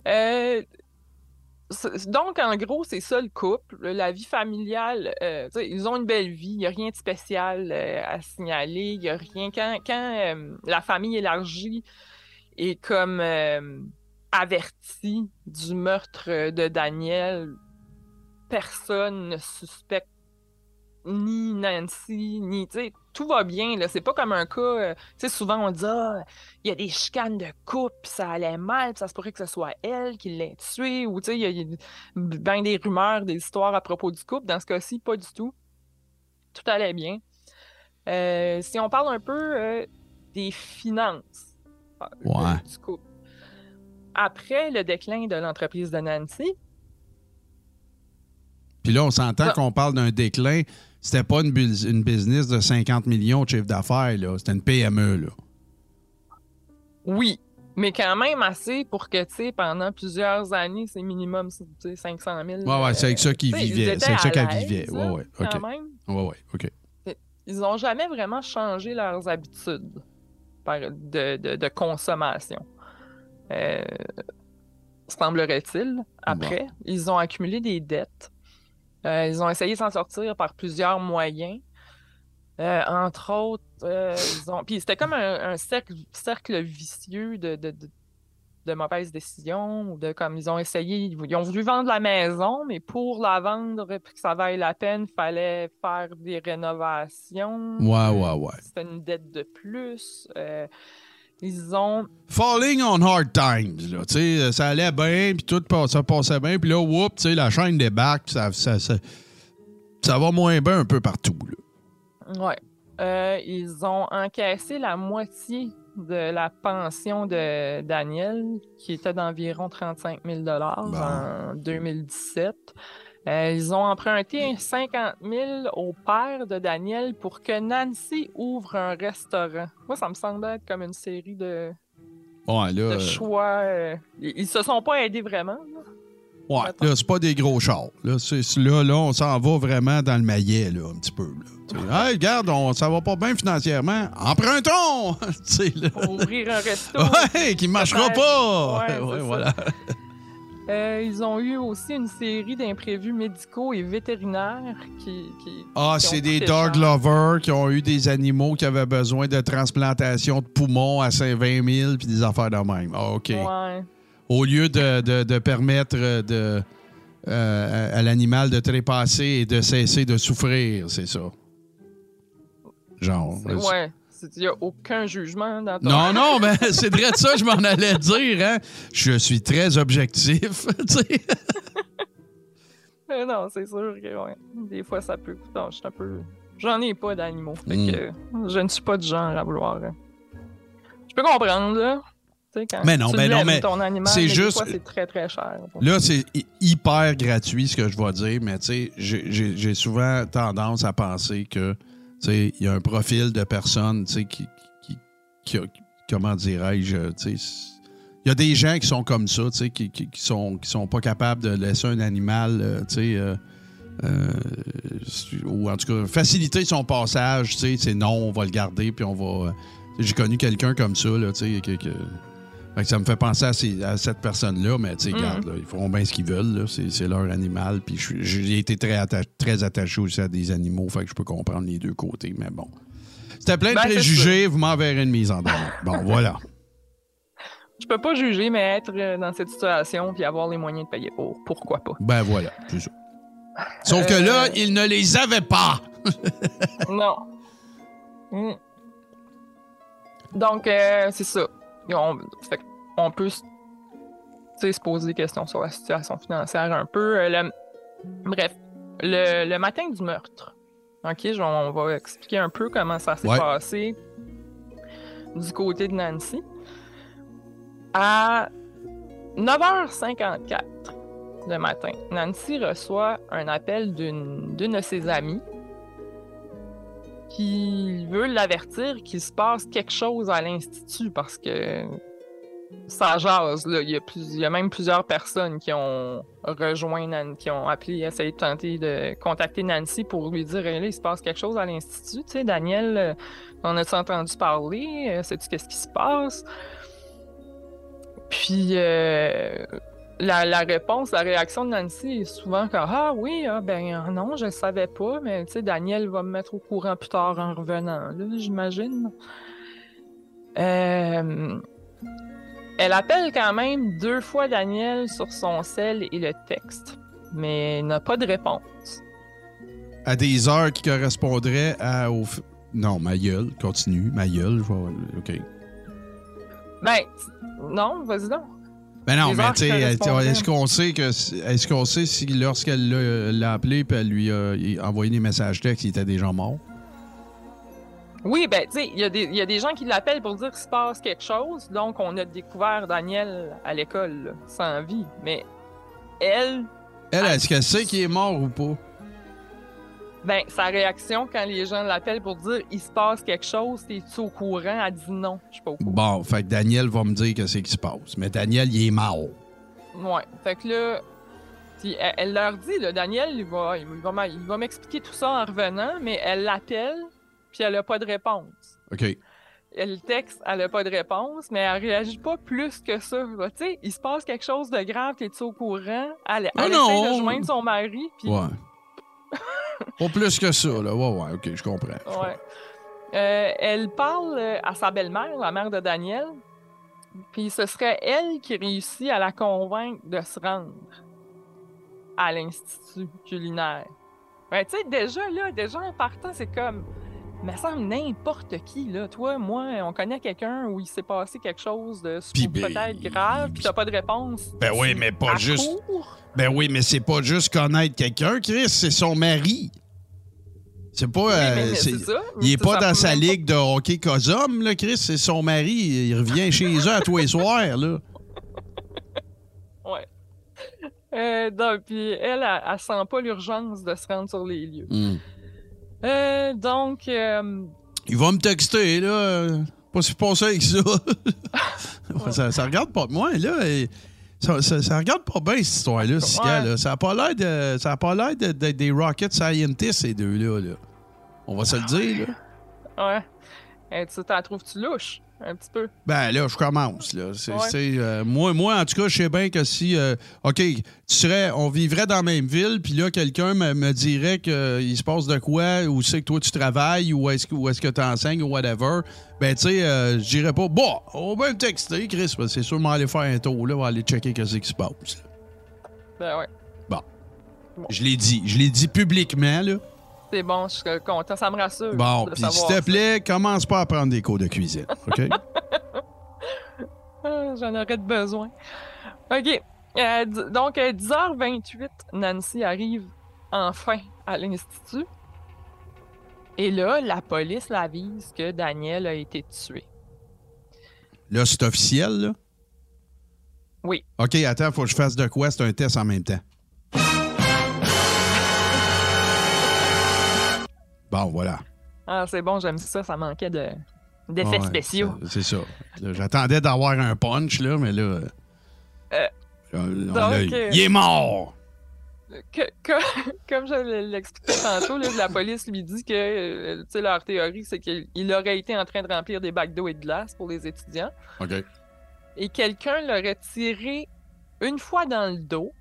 Donc, en gros, c'est ça le couple. La vie familiale, ils ont une belle vie. Il n'y a rien de spécial à signaler. Il n'y a rien. Quand la famille élargie est comme avertie du meurtre de Daniel, personne ne suspecte ni Nancy, ni... Tout va bien, là. C'est pas comme un cas... souvent, on dit « Ah, il y a des chicanes de couple, puis ça allait mal, puis ça se pourrait que ce soit elle qui l'ait tué. » Ou, il y a ben des rumeurs, des histoires à propos du couple. Dans ce cas-ci, pas du tout. Tout allait bien. Si on parle un peu des finances du couple. Après le déclin de l'entreprise de Nancy... Puis là, on s'entend qu'on parle d'un déclin. C'était pas une business de 50 millions de chiffre d'affaires, là. C'était une PME, là. Oui, mais quand même assez pour que, pendant plusieurs années, c'est minimum 500 000. Ouais, c'est avec ça qu'ils vivaient. C'est avec ça qu'elle vivait. Ouais, OK. Quand même. Ouais, OK. Ils n'ont jamais vraiment changé leurs habitudes de consommation. Semblerait-il. Après, ils ont accumulé des dettes. Ils ont essayé de s'en sortir par plusieurs moyens. Entre autres, puis c'était comme un cercle vicieux de mauvaises décisions. Ils ont essayé, ils ont voulu vendre la maison, mais pour la vendre et que ça vaille la peine, il fallait faire des rénovations. Ouais. C'était une dette de plus. Ils ont... Falling on hard times, là. Tu sais, ça allait bien, puis tout ça passait bien, puis là, whoop, tu sais, la chaîne débarque, ça va moins bien un peu partout, là. Ouais. Ils ont encaissé la moitié de la pension de Daniel, qui était d'environ 35 000 en 2017. Ils ont emprunté 50 000 au père de Daniel pour que Nancy ouvre un restaurant. Moi, ça me semble être comme une série de choix. Ils se sont pas aidés vraiment. Là. Ouais, là, c'est pas des gros chars. Là, on s'en va vraiment dans le maillet, là, un petit peu. Là. Hey, regarde, ça va pas bien financièrement. Empruntons! Pour ouvrir un resto. Ouais, qui marchera pas! Ouais, voilà. Ils ont eu aussi une série d'imprévus médicaux et vétérinaires qui c'est des dog lovers qui ont eu des animaux qui avaient besoin de transplantation de poumons à 20 000 puis des affaires de même. Ah, OK. Ouais. Au lieu de permettre à l'animal de trépasser et de cesser de souffrir, c'est ça. Genre. Ouais. Il n'y a aucun jugement dans ton... Non, mais c'est vrai de ça, je m'en allais dire. Hein? Je suis très objectif. Non, c'est sûr que ouais. Des fois, ça peut... Non, je suis un peu... J'en ai pas d'animaux. Fait que je ne suis pas du genre à vouloir... Je peux comprendre, là. Mais non, mais ton animal, c'est juste... Des fois, c'est très, très cher. Là, c'est hyper gratuit, ce que je vais dire, mais tu sais, j'ai souvent tendance à penser que il y a un profil de personnes qui comment dirais-je, il y a des gens qui sont comme ça, qui sont pas capables de laisser un animal, ou en tout cas faciliter son passage, c'est non, on va le garder, puis on va... J'ai connu quelqu'un comme ça, là, Fait que ça me fait penser à cette personne-là, mais tu sais, regarde, là, ils feront bien ce qu'ils veulent. Là. C'est leur animal. Puis j'ai été très attaché aussi à des animaux, fait que je peux comprendre les deux côtés, mais bon. C'était plein de préjugés, vous m'enverrez une mise en demeure. Bon, voilà. Je peux pas juger, mais être dans cette situation puis avoir les moyens de payer pour, pourquoi pas? Ben voilà, c'est ça. Sauf que là, il ne les avait pas. Non. Donc, c'est ça. On peut se poser des questions sur la situation financière un peu. Bref, le matin du meurtre, OK, on va expliquer un peu comment ça s'est passé du côté de Nancy. À 9h54 le matin, Nancy reçoit un appel d'une de ses amies qui veut l'avertir qu'il se passe quelque chose à l'Institut parce que ça jase, là. Il y a même plusieurs personnes qui ont rejoint qui ont appelé, essayé de tenter de contacter Nancy pour lui dire là, il se passe quelque chose à l'Institut. Tu sais, Daniel, on a-tu entendu parler? Sais-tu qu'est-ce qui se passe? Puis la réponse, la réaction de Nancy est souvent comme ah oui, non, je savais pas, mais tu sais, Daniel va me mettre au courant plus tard en revenant, là, j'imagine. Elle appelle quand même 2 fois Daniel sur son cell et le texte, mais n'a pas de réponse. À des heures qui correspondraient Non, ma gueule, continue, ma gueule, OK. Ben, non, vas-y donc. Ben non, mais tu sais, est-ce qu'on sait si lorsqu'elle l'a appelé et elle lui a envoyé des messages textes, il était déjà mort? Oui, ben, tu sais, il y a des gens qui l'appellent pour dire qu'il se passe quelque chose. Donc, on a découvert Daniel à l'école, là, sans vie. Mais elle, est-ce qu'elle sait qu'il est mort ou pas? Ben, sa réaction quand les gens l'appellent pour dire il se passe quelque chose, t'es-tu au courant? Elle dit non, je suis pas au courant. Bon, fait que Daniel va me dire que c'est qui se passe. Mais Daniel, il est mort. Ouais, fait que là, elle leur dit, là, Daniel, il va m'expliquer tout ça en revenant, mais elle l'appelle, puis elle a pas de réponse. OK. Elle texte, elle a pas de réponse, mais elle réagit pas plus que ça. Tu sais, il se passe quelque chose de grave, t'es-tu au courant? Elle essaie de joindre son mari, puis... Ouais. Pas plus que ça, là. Ouais, OK, je comprends. Ouais. Elle parle à sa belle-mère, la mère de Daniel, puis ce serait elle qui réussit à la convaincre de se rendre à l'Institut culinaire. Ben, tu sais, déjà en partant, c'est comme... Mais ça semble n'importe qui, là. Toi, moi, on connaît quelqu'un où il s'est passé quelque chose de peut-être grave, puis t'as pas de réponse. Ben oui, mais pas juste... Ben oui, mais c'est pas juste connaître quelqu'un, Chris, c'est son mari. C'est pas... c'est ça. Il est pas dans sa ligue de hockey Cosum, là, Chris, c'est son mari. Il revient chez eux à tous les soirs, là. Ouais. Donc, puis elle sent pas l'urgence de se rendre sur les lieux. Donc... Il va me texter, là. Pas si passé avec ça. Ouais. ça regarde pas de moi, là. Ça regarde pas bien, cette histoire-là, Sika, là. Ça a pas l'air d'être des rocket scientists, ces deux-là, là. On va se le dire, là. Ouais. Tu t'en trouves-tu louche? Un petit peu. Ben là, je commence. Là. Moi, en tout cas, je sais bien que si... OK, on vivrait dans la même ville, puis là, quelqu'un me dirait qu'il se passe de quoi, ou c'est que toi, tu travailles, ou est-ce que tu enseignes, ou whatever. Ben, tu sais, je dirais pas, bon, on va me texter, Chris, parce que c'est sûr, on va aller faire un tour, là, on va aller checker ce qui se passe. Ben ouais. Bon. Je l'ai dit publiquement, là. C'est bon, je suis content, ça me rassure. Bon, puis s'il te plaît, commence pas à prendre des cours de cuisine, OK? J'en aurais de besoin. OK. Donc, 10h28, Nancy arrive enfin à l'Institut. Et là, la police l'avise que Daniel a été tué. Là, c'est officiel, là? Oui. OK, attends, faut que je fasse de quoi? C'est un test en même temps. Bon, voilà. Ah, c'est bon, j'aime ça. Ça manquait d'effets spéciaux. C'est ça. Là, j'attendais d'avoir un punch, là, mais là... il est mort! Comme je l'expliquais tantôt, là, la police lui dit que leur théorie, c'est qu'il aurait été en train de remplir des bacs d'eau et de glace pour les étudiants. OK. et quelqu'un l'aurait tiré une fois dans le dos.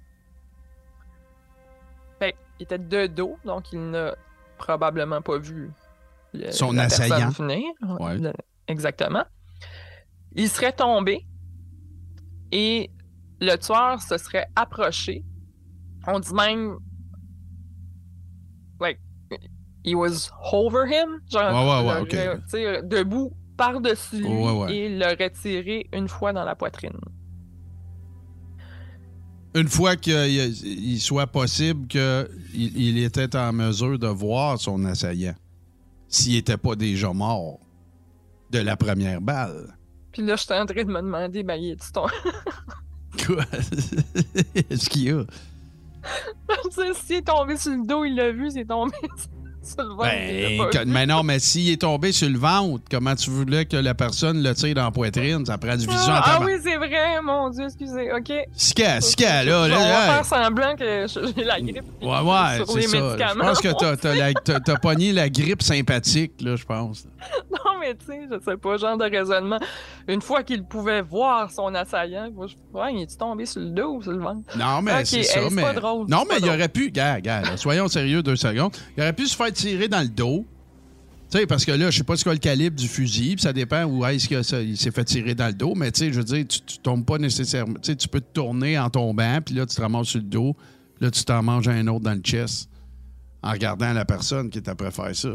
Fait il était de dos, donc il n'a probablement pas vu son la personne assaillant. venir. Ouais. Exactement. Il serait tombé et le tueur se serait approché. On dit même like he was over him, genre Ouais, ok. debout par-dessus lui Ouais. et l'aurait tiré une fois dans la poitrine. Une fois qu'il soit possible qu'il était en mesure de voir son assaillant, s'il n'était pas déjà mort de la première balle. Puis là, j'étais en train de me demander, ben, il est-tu tombé? Quoi? Est-ce qu'il y a? S'il est tombé sur le dos, il l'a vu, s'il est tombé sur le ventre, il l'a pas vu. Mais non, mais s'il est tombé sur le ventre, comment tu voulais que la personne le tire dans la poîtrine? Ça prend du vision en tabac. Oui, c'est vrai, mon Dieu, excusez, OK. Sika, là. On va Là, faire semblant que j'ai la grippe. ouais, sur c'est les ça. médicaments. Je pense que t'as pogné la grippe sympathique, là, je pense. Non, mais tu sais, je sais pas, genre de raisonnement. Une fois qu'il pouvait voir son assaillant, moi, il est tombé sur le dos ou sur le ventre? Non, mais Ok, c'est ça. c'est Mais... pas drôle. Non, c'est mais pas il drôle. aurait pu... Regarde, soyons sérieux 2 secondes. Il aurait pu se faire tirer dans le dos. Tu sais, parce que là, je sais pas c'est quoi le calibre du fusil, puis ça dépend où est-ce qu'il s'est fait tirer dans le dos, mais tu sais, je veux dire, tu tombes pas nécessairement... Tu sais, tu peux te tourner en tombant, puis là, tu te ramasses sur le dos, puis là, tu t'en manges un autre dans le chest en regardant la personne qui est après faire ça.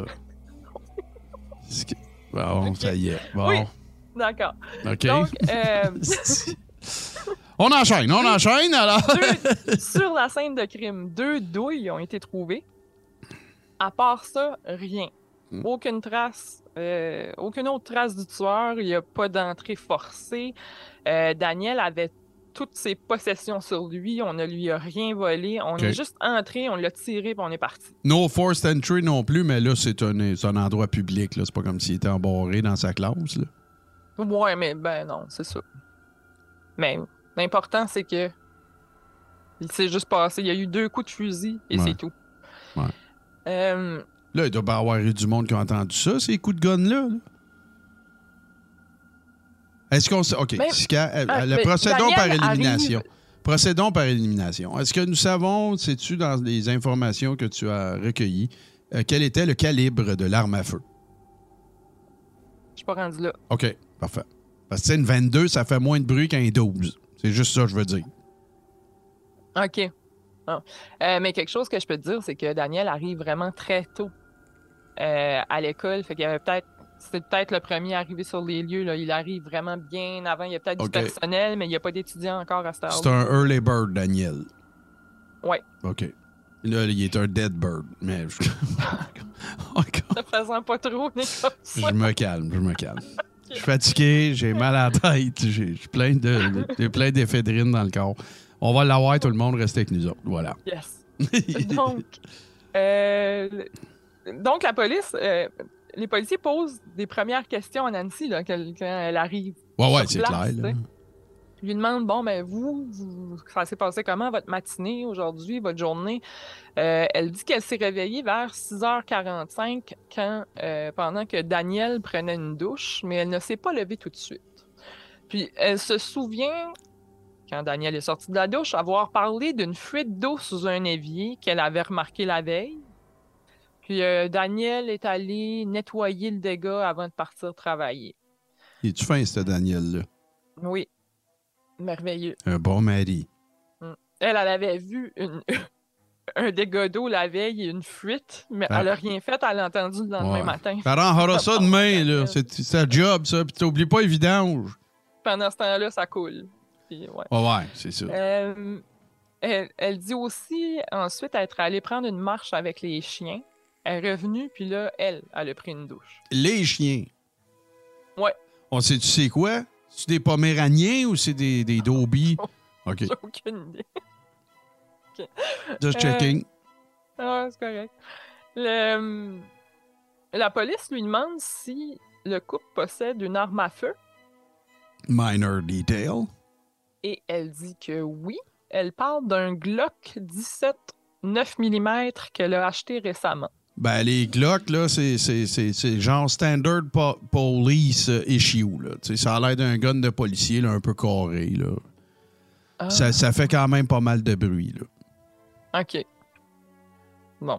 Bon, Ok. ça y est. Bon, Oui. D'accord. OK. Donc, On enchaîne, alors. sur la scène de crime, 2 douilles ont été trouvées. À part ça, rien. Aucune trace, aucune autre trace du tueur. Il n'y a pas d'entrée forcée. Daniel avait toutes ses possessions sur lui. On ne lui a rien volé. On est juste entré, on l'a tiré, puis on est parti. No forced entry non plus, mais là, c'est un endroit public. Là. C'est pas comme s'il était embarré dans sa classe. Là. Ouais, mais ben non, c'est ça. Mais l'important, c'est que il s'est juste passé. Il y a eu 2 coups de fusil et c'est tout. Ouais. Là, il doit pas avoir eu du monde qui a entendu ça, ces coups de gun-là. Là. Est-ce qu'on sait... OK. Procédons par élimination. Procédons par élimination. Est-ce que nous savons, sais-tu, dans les informations que tu as recueillies, quel était le calibre de l'arme à feu? Je suis pas rendu là. OK. Parfait. Parce que, une 22, ça fait moins de bruit qu'un 12. C'est juste ça que je veux dire. OK. Ah. Mais quelque chose que je peux te dire, c'est que Daniel arrive vraiment très tôt à l'école. Fait qu'il y avait c'était peut-être le premier arrivé sur les lieux. Là. Il arrive vraiment bien avant. Il y a peut-être du personnel, mais il n'y a pas d'étudiants encore à cette heure-là. C'est un early bird, Daniel. Oui. OK. Là, il est un dead bird. Mais je... Ne faisant pas trop, Nicolas. Je me calme. Je suis fatigué, j'ai mal à la tête, j'ai plein d'éphédrine dans le corps. On va l'avoir, tout le monde, reste avec nous autres. Voilà. Yes. Donc la police, les policiers posent des premières questions à Nancy là, quand elle arrive. Ouais, sur c'est place, clair. Là. Ils lui demandent, bon, ben vous, ça s'est passé comment votre matinée aujourd'hui, votre journée? Elle dit qu'elle s'est réveillée vers 6h45 pendant que Daniel prenait une douche, mais elle ne s'est pas levée tout de suite. Puis elle se souvient, quand Daniel est sorti de la douche, avoir parlé d'une fuite d'eau sous un évier qu'elle avait remarqué la veille. Puis Daniel est allé nettoyer le dégât avant de partir travailler. Es-tu fin, ce Daniel-là? Oui. Merveilleux. Un bon mari. Elle avait vu un dégât d'eau la veille et une fuite, mais elle n'a rien fait, elle l'a entendu le lendemain matin. Parents aura ça demain, là. C'est sa job, ça. Puis t'oublies pas les vidanges. Pendant ce temps-là, ça coule. Puis, ouais, c'est ça. Elle dit aussi, ensuite, être allée prendre une marche avec les chiens. Elle est revenue, puis là, elle a pris une douche. Les chiens? Ouais. On sait, tu sais quoi? C'est des Poméraniens ou c'est des Dobie? OK. J'ai aucune idée. Okay. Just checking. C'est correct. La police lui demande si le couple possède une arme à feu. Minor detail. Et elle dit que oui. Elle parle d'un Glock 17 9 mm qu'elle a acheté récemment. Ben, les Glock, là, c'est genre standard police issue, là. Tu sais, ça a l'air d'un gun de policier, là, un peu carré, là. Ah. Ça fait quand même pas mal de bruit, là. OK. Bon.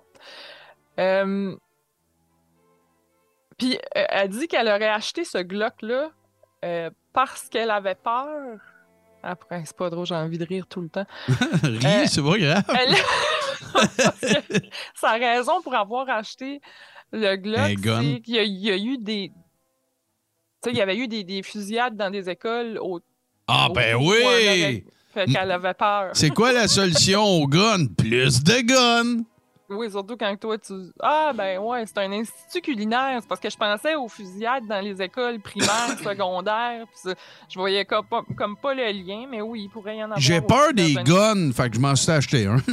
Puis, elle dit qu'elle aurait acheté ce Glock-là parce qu'elle avait peur. Après, c'est pas drôle, j'ai envie de rire tout le temps. Rire, c'est pas grave. Parce que sa raison pour avoir acheté le Glock, c'est qu'il y a eu des... Tu sais, il y avait eu des fusillades dans des écoles Ben oui! Fait qu'elle avait peur. C'est quoi la solution au gun? Plus de guns! Oui, surtout quand toi, tu... Ah, ben ouais, c'est un institut culinaire. C'est parce que je pensais aux fusillades dans les écoles primaires, secondaires. Puis je voyais comme pas le lien, mais oui, il pourrait y en avoir. J'ai peur des guns, fait que je m'en suis acheté un.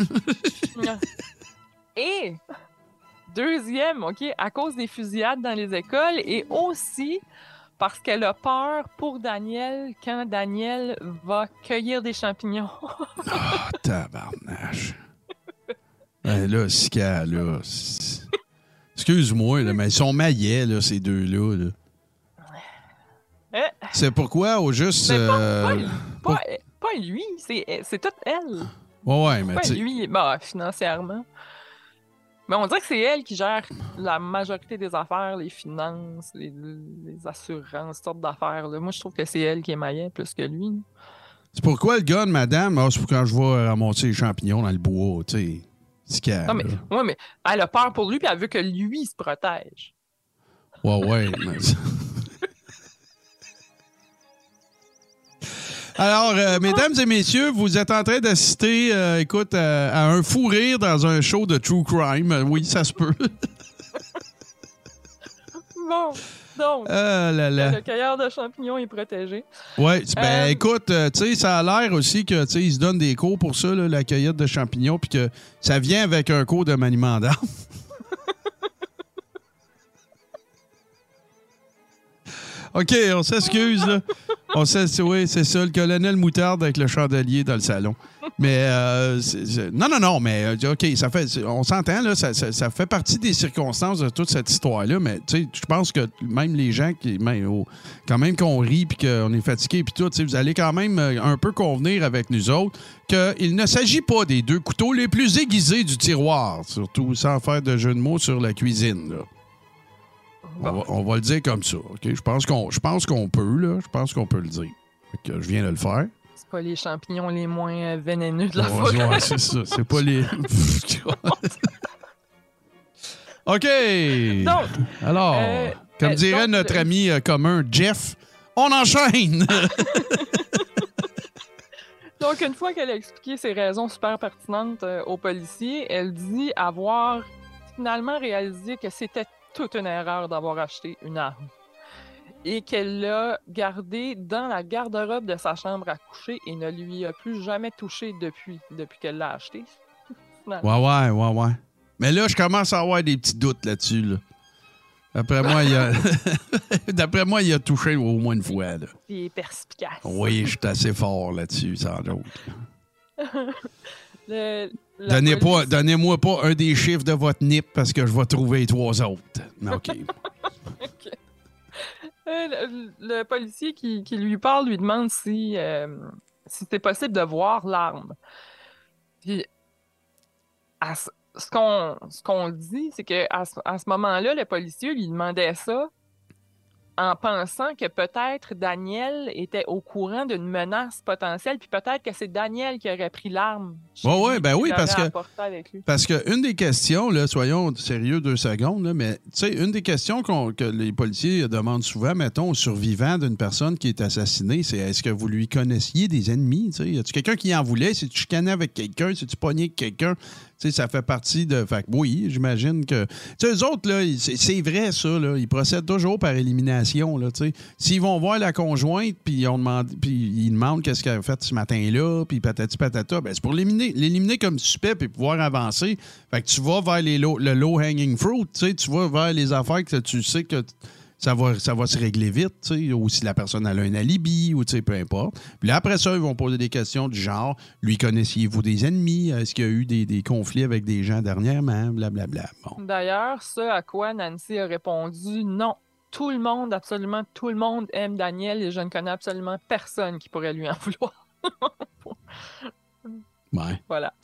Et, deuxième, OK, à cause des fusillades dans les écoles et aussi parce qu'elle a peur pour Daniel quand Daniel va cueillir des champignons. Ah, tabarnache. Ben là, Sika, là. Excuse-moi, là, mais ils sont maillets, là, ces deux-là. Là. C'est pourquoi, au juste. Pas lui, c'est toute elle. Ouais, mais pas tu lui, financièrement. Mais on dirait que c'est elle qui gère la majorité des affaires, les finances, les assurances, toutes sortes d'affaires. Là. Moi, je trouve que c'est elle qui est maillet plus que lui. C'est pourquoi le gun, madame, c'est pour quand je vais ramasser les champignons dans le bois, tu sais. Non, mais elle a peur pour lui, puis elle veut que lui se protège. Ouais. Mais... Alors, mesdames et messieurs, vous êtes en train d'assister, à un fou rire dans un show de true crime. Oui, ça se peut. Bon, donc, le cueilleur de champignons est protégé. Oui, écoute, tu sais, ça a l'air aussi que, tu sais, ils se donnent des cours pour ça, là, la cueillette de champignons, puis que ça vient avec un cours de maniement d'armes. OK, on s'excuse, là. Oui, c'est ça, le colonel Moutarde avec le chandelier dans le salon. Mais, non, mais, OK, on s'entend, là, ça fait partie des circonstances de toute cette histoire-là, mais, tu sais, je pense que même les gens quand même qu'on rit puis qu'on est fatigué puis tout, tu sais, vous allez quand même un peu convenir avec nous autres qu'il ne s'agit pas des deux couteaux les plus aiguisés du tiroir, surtout sans faire de jeu de mots sur la cuisine, là. On va le dire comme ça, OK? Je pense qu'on peut, là. Je pense qu'on peut le dire. Fait que je viens de le faire. C'est pas les champignons les moins vénéneux de la forêt. Ouais, c'est ça. C'est pas les... OK! Donc, alors, comme dirait notre ami commun Jeff, on enchaîne! Donc, une fois qu'elle a expliqué ses raisons super pertinentes aux policiers, elle dit avoir finalement réalisé que c'était toute une erreur d'avoir acheté une arme et qu'elle l'a gardée dans la garde-robe de sa chambre à coucher et ne lui a plus jamais touché depuis qu'elle l'a acheté. Ouais. Mais là, je commence à avoir des petits doutes là-dessus. Là. D'après moi, il a touché au moins une fois. Là. Il est perspicace. Oui, je suis assez fort là-dessus, sans doute. Donnez-moi pas un des chiffres de votre NIP parce que je vais trouver les trois autres. OK. Okay. Le policier qui lui parle lui demande si c'est possible de voir l'arme. Puis, ce qu'on dit, c'est qu'à ce moment-là, le policier lui demandait ça en pensant que peut-être Daniel était au courant d'une menace potentielle, puis peut-être que c'est Daniel qui aurait pris l'arme. Oui, parce que une des questions, là, soyons sérieux 2 secondes, là, mais tu sais, une des questions que les policiers demandent souvent, mettons, aux survivants d'une personne qui est assassinée, c'est est-ce que vous lui connaissiez des ennemis? Y a-tu quelqu'un qui en voulait? Si tu chicanais avec quelqu'un? Si tu pognais avec quelqu'un? Tu sais, ça fait partie de... Fait que oui, j'imagine que... Tu sais, eux autres, là, c'est vrai, ça, là, ils procèdent toujours par élimination, là, tu sais. S'ils vont voir la conjointe, puis ils demandent qu'est-ce qu'elle a fait ce matin-là, puis patati patata, ben c'est pour l'éliminer comme suspect, puis pouvoir avancer. Fait que tu vas vers le low-hanging fruit, tu sais, tu vas vers les affaires que tu sais que ça va se régler vite, tu sais, ou si la personne a un alibi, ou tu sais, peu importe. Puis là, après ça, ils vont poser des questions du genre, lui, connaissiez-vous des ennemis? Est-ce qu'il y a eu des conflits avec des gens dernièrement? Blablabla. Bon. D'ailleurs, ce à quoi Nancy a répondu, non. Tout le monde, absolument tout le monde aime Daniel et je ne connais absolument personne qui pourrait lui en vouloir. Ouais. Voilà.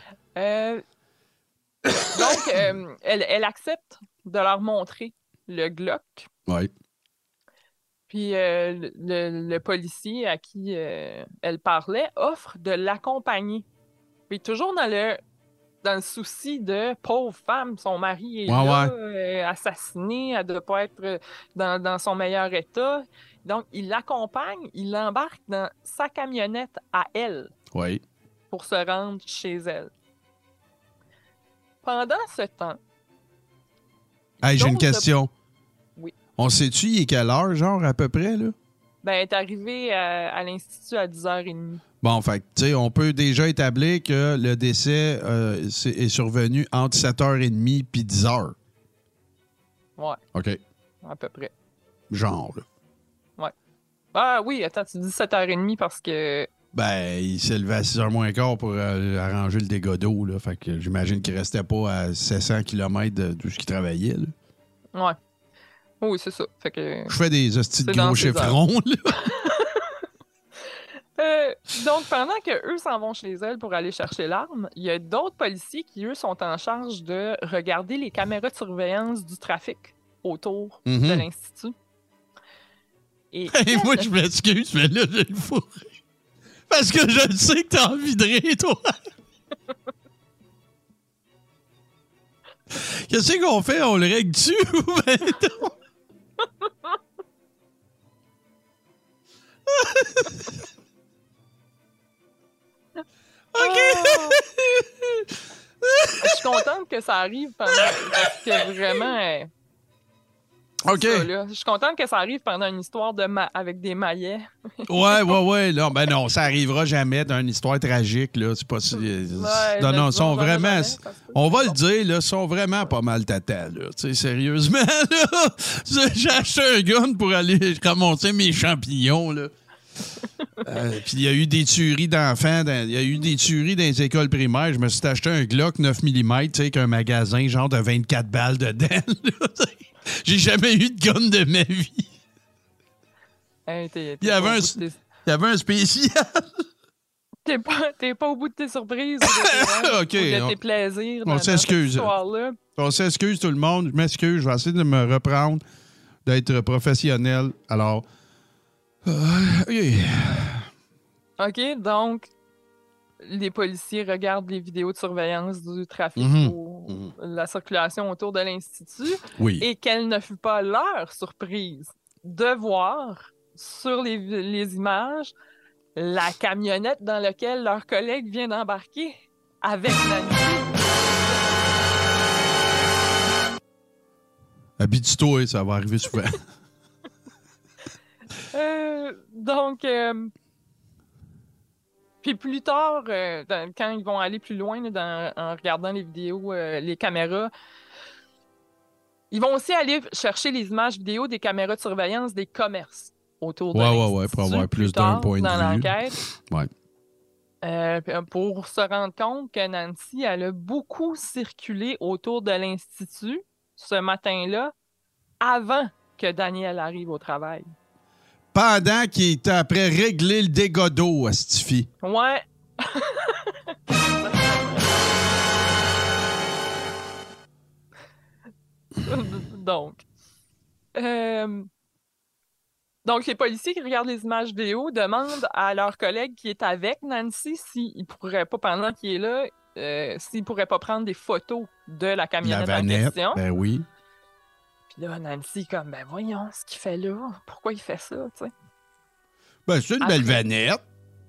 Donc, elle accepte de leur montrer le Glock. Ouais. Puis le policier à qui elle parlait offre de l'accompagner. Puis toujours dans le souci de pauvre femme, son mari est assassiné, elle ne doit pas être dans son meilleur état. Donc, il l'accompagne, il l'embarque dans sa camionnette à elle pour se rendre chez elle. Pendant ce temps... Hey, j'ai une question. Oui. On sait-tu, il est quelle heure, genre, à peu près, là? Ben, elle est arrivée à l'Institut à 10h30. Bon, fait tu sais, on peut déjà établir que le décès est survenu entre 7h30 et 10h. Ouais. OK. À peu près. Genre, là. Ouais. Ah oui, attends, tu dis 7h30 parce que... Ben, il s'est levé à 6h moins quart pour arranger le dégât d'eau, là. Fait que j'imagine qu'il restait pas à 700 km de tout ce qu'il travaillait, là. Ouais. Oui, c'est ça. Fait que... Je fais des hosties de gros chiffrons, là. Donc, pendant qu'eux s'en vont chez elle pour aller chercher l'arme, il y a d'autres policiers qui, eux, sont en charge de regarder les caméras de surveillance du trafic autour de l'Institut. Et moi, je m'excuse, mais là, j'ai le fourré. Parce que je sais que t'as envie de rire, toi. Qu'est-ce qu'on fait? On le règle-tu ou ben non? OK! Je suis contente que ça arrive pendant... Parce que vraiment... OK. Ça, là. Je suis contente que ça arrive pendant une histoire avec des maillets. Ouais. Non, ben non, ça arrivera jamais dans une histoire tragique, là. C'est pas si... non, sont vraiment... On va le dire, là, sont vraiment pas mal tata, là. Tu sais, sérieusement, là. J'ai acheté un gun pour aller ramasser mes champignons, là. Puis il y a eu des tueries d'enfants, il y a eu des tueries dans les écoles primaires. Je me suis acheté un Glock 9 mm, tu sais, avec un magasin genre de 24 balles dedans. J'ai jamais eu de gun de ma vie. Hey, il y avait un spécial. T'es pas au bout de tes surprises ou de tes plaisirs on s'excuse. On s'excuse tout le monde. Je m'excuse. Je vais essayer de me reprendre, d'être professionnel. Alors... OK, donc, les policiers regardent les vidéos de surveillance du trafic la circulation autour de l'Institut. Oui. Et quelle ne fut pas leur surprise de voir sur les images la camionnette dans laquelle leur collègue vient d'embarquer avec Nancy. Habite-toi, ça va arriver souvent. Donc, puis plus tard, quand ils vont aller plus loin en regardant les vidéos, les caméras, ils vont aussi aller chercher les images vidéo des caméras de surveillance des commerces autour de l'Institut. Ouais, pour avoir plus d'un point de vue. Dans l'enquête. Ouais. Pour se rendre compte que Nancy, elle a beaucoup circulé autour de l'Institut ce matin-là, avant que Daniel arrive au travail. Pendant qu'il était après régler le dégât d'eau à Stifi. Ouais. Donc, les policiers qui regardent les images vidéo demandent à leur collègue qui est avec Nancy s'il pourrait pas, pendant qu'il est là, s'il pourrait pas prendre des photos de la camionnette en question. Ben oui. Puis là, Nancy comme, ben voyons ce qu'il fait là. Pourquoi il fait ça, tu sais? Ben, c'est une belle vanette.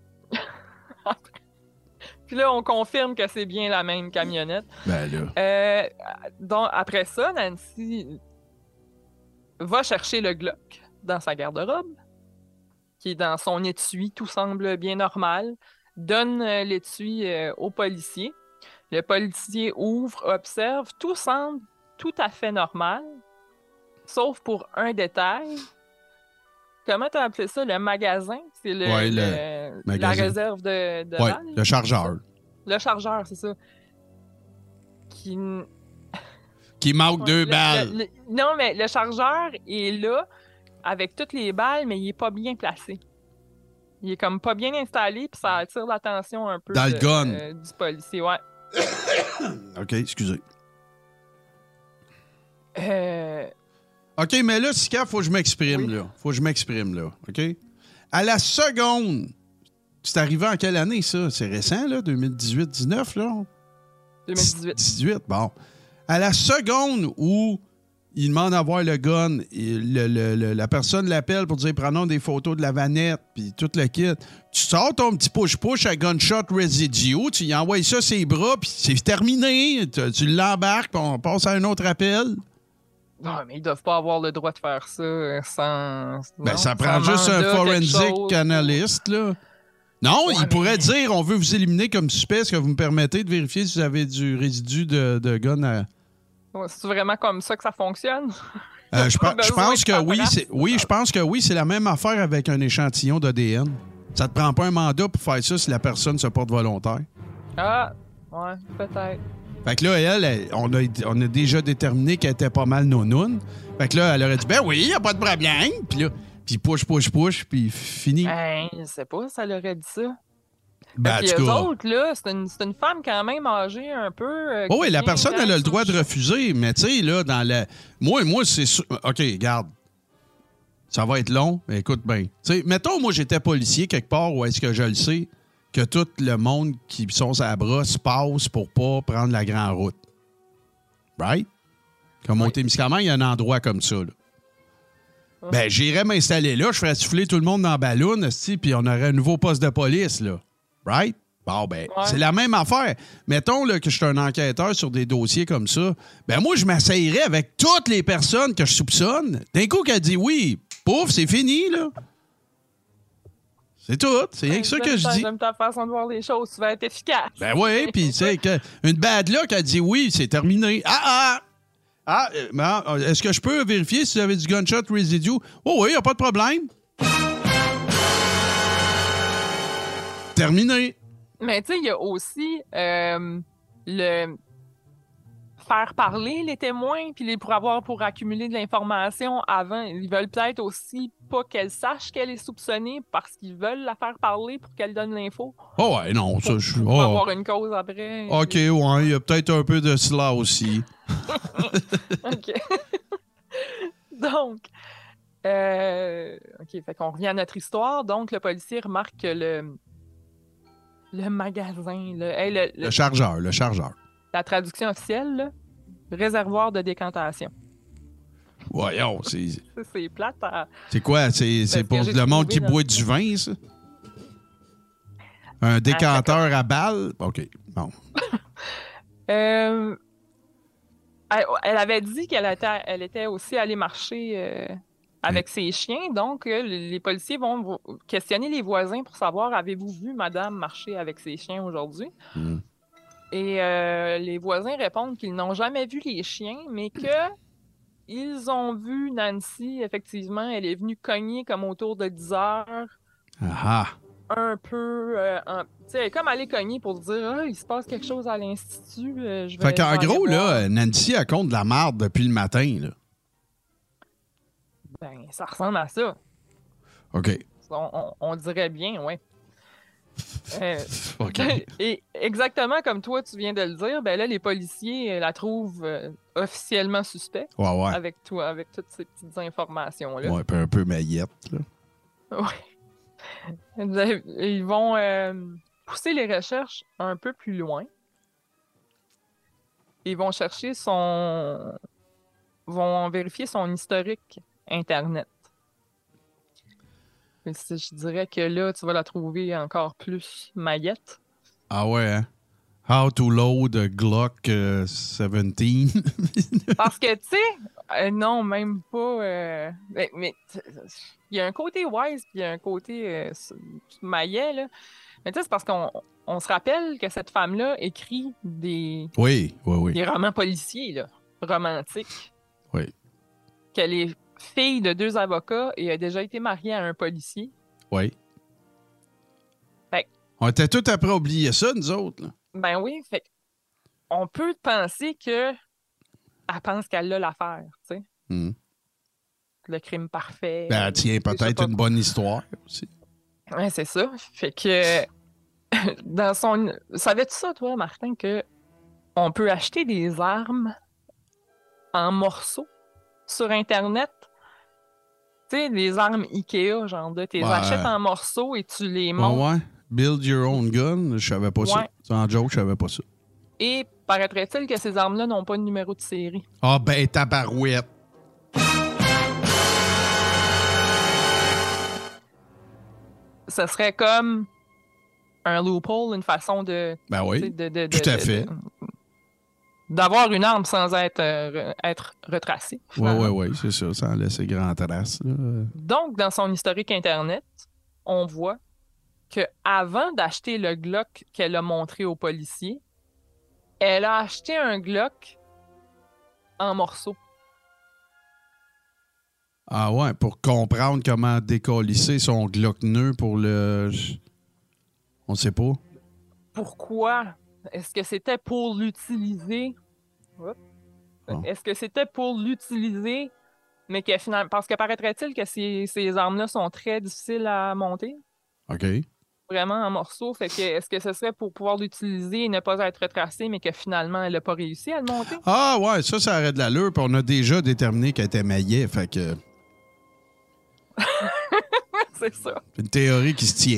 Puis là, on confirme que c'est bien la même camionnette. Ben là. Donc, après ça, Nancy va chercher le Glock dans sa garde-robe, qui est dans son étui, tout semble bien normal, donne l'étui au policier. Le policier ouvre, observe, tout semble tout à fait normal. sauf pour un détail. Comment tu as appelé ça? Le magasin? C'est la magasin. réserve de Oui, balles? le chargeur. Le chargeur, c'est ça. Qui manque 2 balles. Non, mais le chargeur est là avec toutes les balles, mais il est pas bien placé. Il est comme pas bien installé, puis ça attire l'attention un peu dans le gun. Du policier, ouais. OK, excusez. Euh... OK, mais là, Sika, faut que je m'exprime, là. Faut que je m'exprime, là. OK? À la seconde, c'est arrivé en quelle année, ça? C'est récent, là? 2018-19, là? 2018. 18, bon. À la seconde où il demande à voir le gun, et la personne l'appelle pour dire prenons des photos de la vanette, puis tout le kit. Tu sors ton petit push-push à gunshot residue, tu y envoies ça ses bras, puis c'est terminé. Tu l'embarques, puis on passe à un autre appel. Non, mais ils doivent pas avoir le droit de faire ça sans. Ben, ça prend juste un forensic analyst, là. Non, il pourrait dire on veut vous éliminer comme suspect. Est-ce que vous me permettez de vérifier si vous avez du résidu de gun à. C'est vraiment comme ça que ça fonctionne? Je pense que oui. Je pense que oui. C'est la même affaire avec un échantillon d'ADN. Ça te prend pas un mandat pour faire ça si la personne se porte volontaire. Ah, ouais, peut-être. Fait que là, elle, on a déjà déterminé qu'elle était pas mal nounoune. Fait que là, elle aurait dit ben oui, y a pas de problème. Puis là, puis push, puis fini. Je sais pas, ça l'aurait dit ça. Ben, puis eux autres, là, c'est une femme quand même âgée un peu. Oui, la personne, elle a le droit de refuser, mais tu sais, là, dans la. Moi, c'est sûr. OK, regarde. Ça va être long, mais écoute bien. Tu sais, mettons, moi, j'étais policier quelque part où est-ce que je le sais que tout le monde qui sont sur la brosse passe pour pas prendre la grande route. Right? Comme au Témiscamingue, il y a un endroit comme ça, là. Ben, j'irais m'installer là, je ferais souffler tout le monde dans la balloune, puis on aurait un nouveau poste de police, là. Right? Bon, ben, c'est la même affaire. Mettons là, que je suis un enquêteur sur des dossiers comme ça. Ben, moi, je m'asseillerais avec toutes les personnes que je soupçonne. D'un coup, qu'elle dit oui, pouf, c'est fini, là. C'est tout. C'est rien que ça que je dis. J'aime ta façon de voir les choses. Tu vas être efficace. Ben oui, puis tu sais, une bad luck, elle dit oui, c'est terminé. Est-ce que je peux vérifier si vous avez du gunshot residue? Oh oui, il n'y a pas de problème. Terminé. Mais tu sais, il y a aussi le faire parler les témoins, puis pour accumuler de l'information avant. Ils veulent peut-être aussi pas qu'elle sache qu'elle est soupçonnée parce qu'ils veulent la faire parler pour qu'elle donne l'info. Oh ouais, non, ça je... Pour avoir une cause après. OK, ouais, il y a peut-être un peu de cela aussi. OK. Donc, OK, fait qu'on revient à notre histoire. Donc, le policier remarque que le magasin, le chargeur. La traduction officielle, là, réservoir de décantation. Voyons, c'est... C'est plate. C'est quoi? C'est pour le monde qui boit du vin, ça? Un décanteur à balles? OK, bon. Elle avait dit qu'elle était aussi allée marcher avec ses chiens. Donc, les policiers vont questionner les voisins pour savoir, avez-vous vu madame marcher avec ses chiens aujourd'hui? Et les voisins répondent qu'ils n'ont jamais vu les chiens, mais qu'ils ont vu Nancy, effectivement. Elle est venue cogner comme autour de 10 heures. Ah! Un peu... tu sais, comme aller cogner pour dire « il se passe quelque chose à l'Institut. Fait qu'en gros, là, Nancy, elle compte de la marde depuis le matin, là. Ben, ça ressemble à ça. OK. On dirait bien, oui. OK. Et exactement comme toi, tu viens de le dire, ben là, les policiers la trouvent officiellement suspecte. Ouais. Avec toutes ces petites informations-là. Ouais, puis un peu maillette, là. Ouais. Ils vont pousser les recherches un peu plus loin. Ils vont vont vérifier son historique Internet. Je dirais que là, tu vas la trouver encore plus maillette. Ah ouais, hein? How to load a Glock 17. Parce que, tu sais, non, même pas. Mais il y a un côté wise, puis il y a un côté maillet, là. Mais tu sais, c'est parce qu'on se rappelle que cette femme-là écrit des Oui. romans policiers, là, romantiques. Oui. qu'elle est fille de 2 avocats et a déjà été mariée à un policier. Oui. Fait On était tout après oublier ça, nous autres. Là. ben oui, fait on peut penser que elle pense qu'elle a l'affaire, tu sais. Le crime parfait. Ben, elle tient peut-être une bonne histoire aussi. Ouais, c'est ça. Fait que dans son. Savais-tu ça, toi, Martin, que on peut acheter des armes en morceaux sur Internet? Tu sais, les armes Ikea, genre de. Tu les achètes en morceaux et tu les montes. Ouais. Build your own gun, je savais pas ça. C'est en joke, je savais pas ça. Et paraîtrait-il que ces armes-là n'ont pas de numéro de série. Ah ben, tabarouette. Ce serait comme un loophole, une façon de... Ben oui, tout à fait. D'avoir une arme sans être retracée. Oui, c'est ça, sans laisser grand trace. Là. Donc, dans son historique Internet, on voit qu'avant d'acheter le Glock qu'elle a montré aux policiers, elle a acheté un Glock en morceaux. Ah ouais, pour comprendre comment décollisser son Glock neuf pour le... On sait pas. Pourquoi? Est-ce que c'était pour l'utiliser? Est-ce que c'était pour l'utiliser, mais que finalement... Parce que paraîtrait-il que ces armes-là sont très difficiles à monter. OK. Vraiment en morceaux. Fait que est-ce que ce serait pour pouvoir l'utiliser et ne pas être retracée, mais que finalement, elle n'a pas réussi à le monter? Ah ouais, ça aurait de l'allure. Puis on a déjà déterminé qu'elle était maillet. Fait que... C'est ça. Une théorie qui se tient.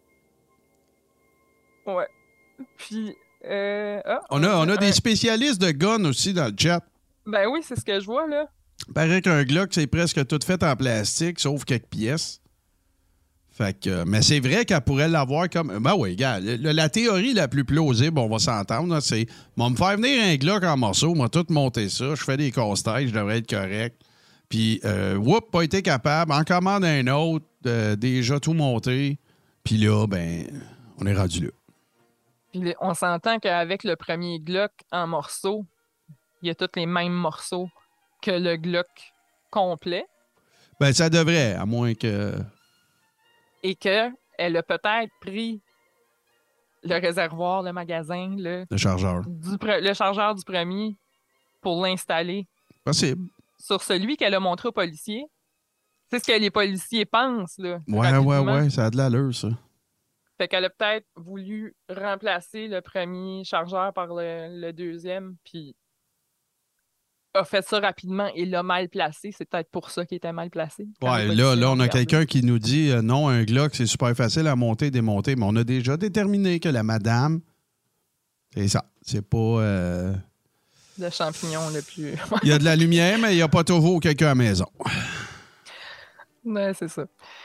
Ouais. Puis... on a des spécialistes de guns aussi dans le chat. Ben oui, c'est ce que je vois, là. Paraît qu'un Glock, c'est presque tout fait en plastique, sauf quelques pièces. Fait que, mais c'est vrai qu'elle pourrait l'avoir comme... Ben oui, gars, la théorie la plus plausible, on va s'entendre, là, c'est... On va me faire venir un Glock en morceaux, on va tout monter ça, je fais des casse-têtes, je devrais être correct. Puis, pas été capable, en commande un autre, déjà tout monté. Puis là, ben, on est rendu là. Puis on s'entend qu'avec le premier Glock en morceaux, il y a tous les mêmes morceaux que le Glock complet. Ben, ça devrait, à moins que... Et qu'elle a peut-être pris le réservoir, le magasin, le chargeur. Le chargeur du premier pour l'installer. Possible. Sur celui qu'elle a montré aux policiers. C'est ce que les policiers pensent, là. Ouais, ça a de l'allure, ça. Fait qu'elle a peut-être voulu remplacer le premier chargeur par le deuxième, puis a fait ça rapidement et l'a mal placé. C'est peut-être pour ça qu'il était mal placé. Ouais, là, on a quelqu'un qui nous dit non, un Glock, c'est super facile à monter et démonter, mais on a déjà déterminé que la madame, c'est ça. C'est pas... Le champignon le plus... Il y a de la lumière, mais il n'y a pas toujours quelqu'un à la maison. Ouais, c'est ça.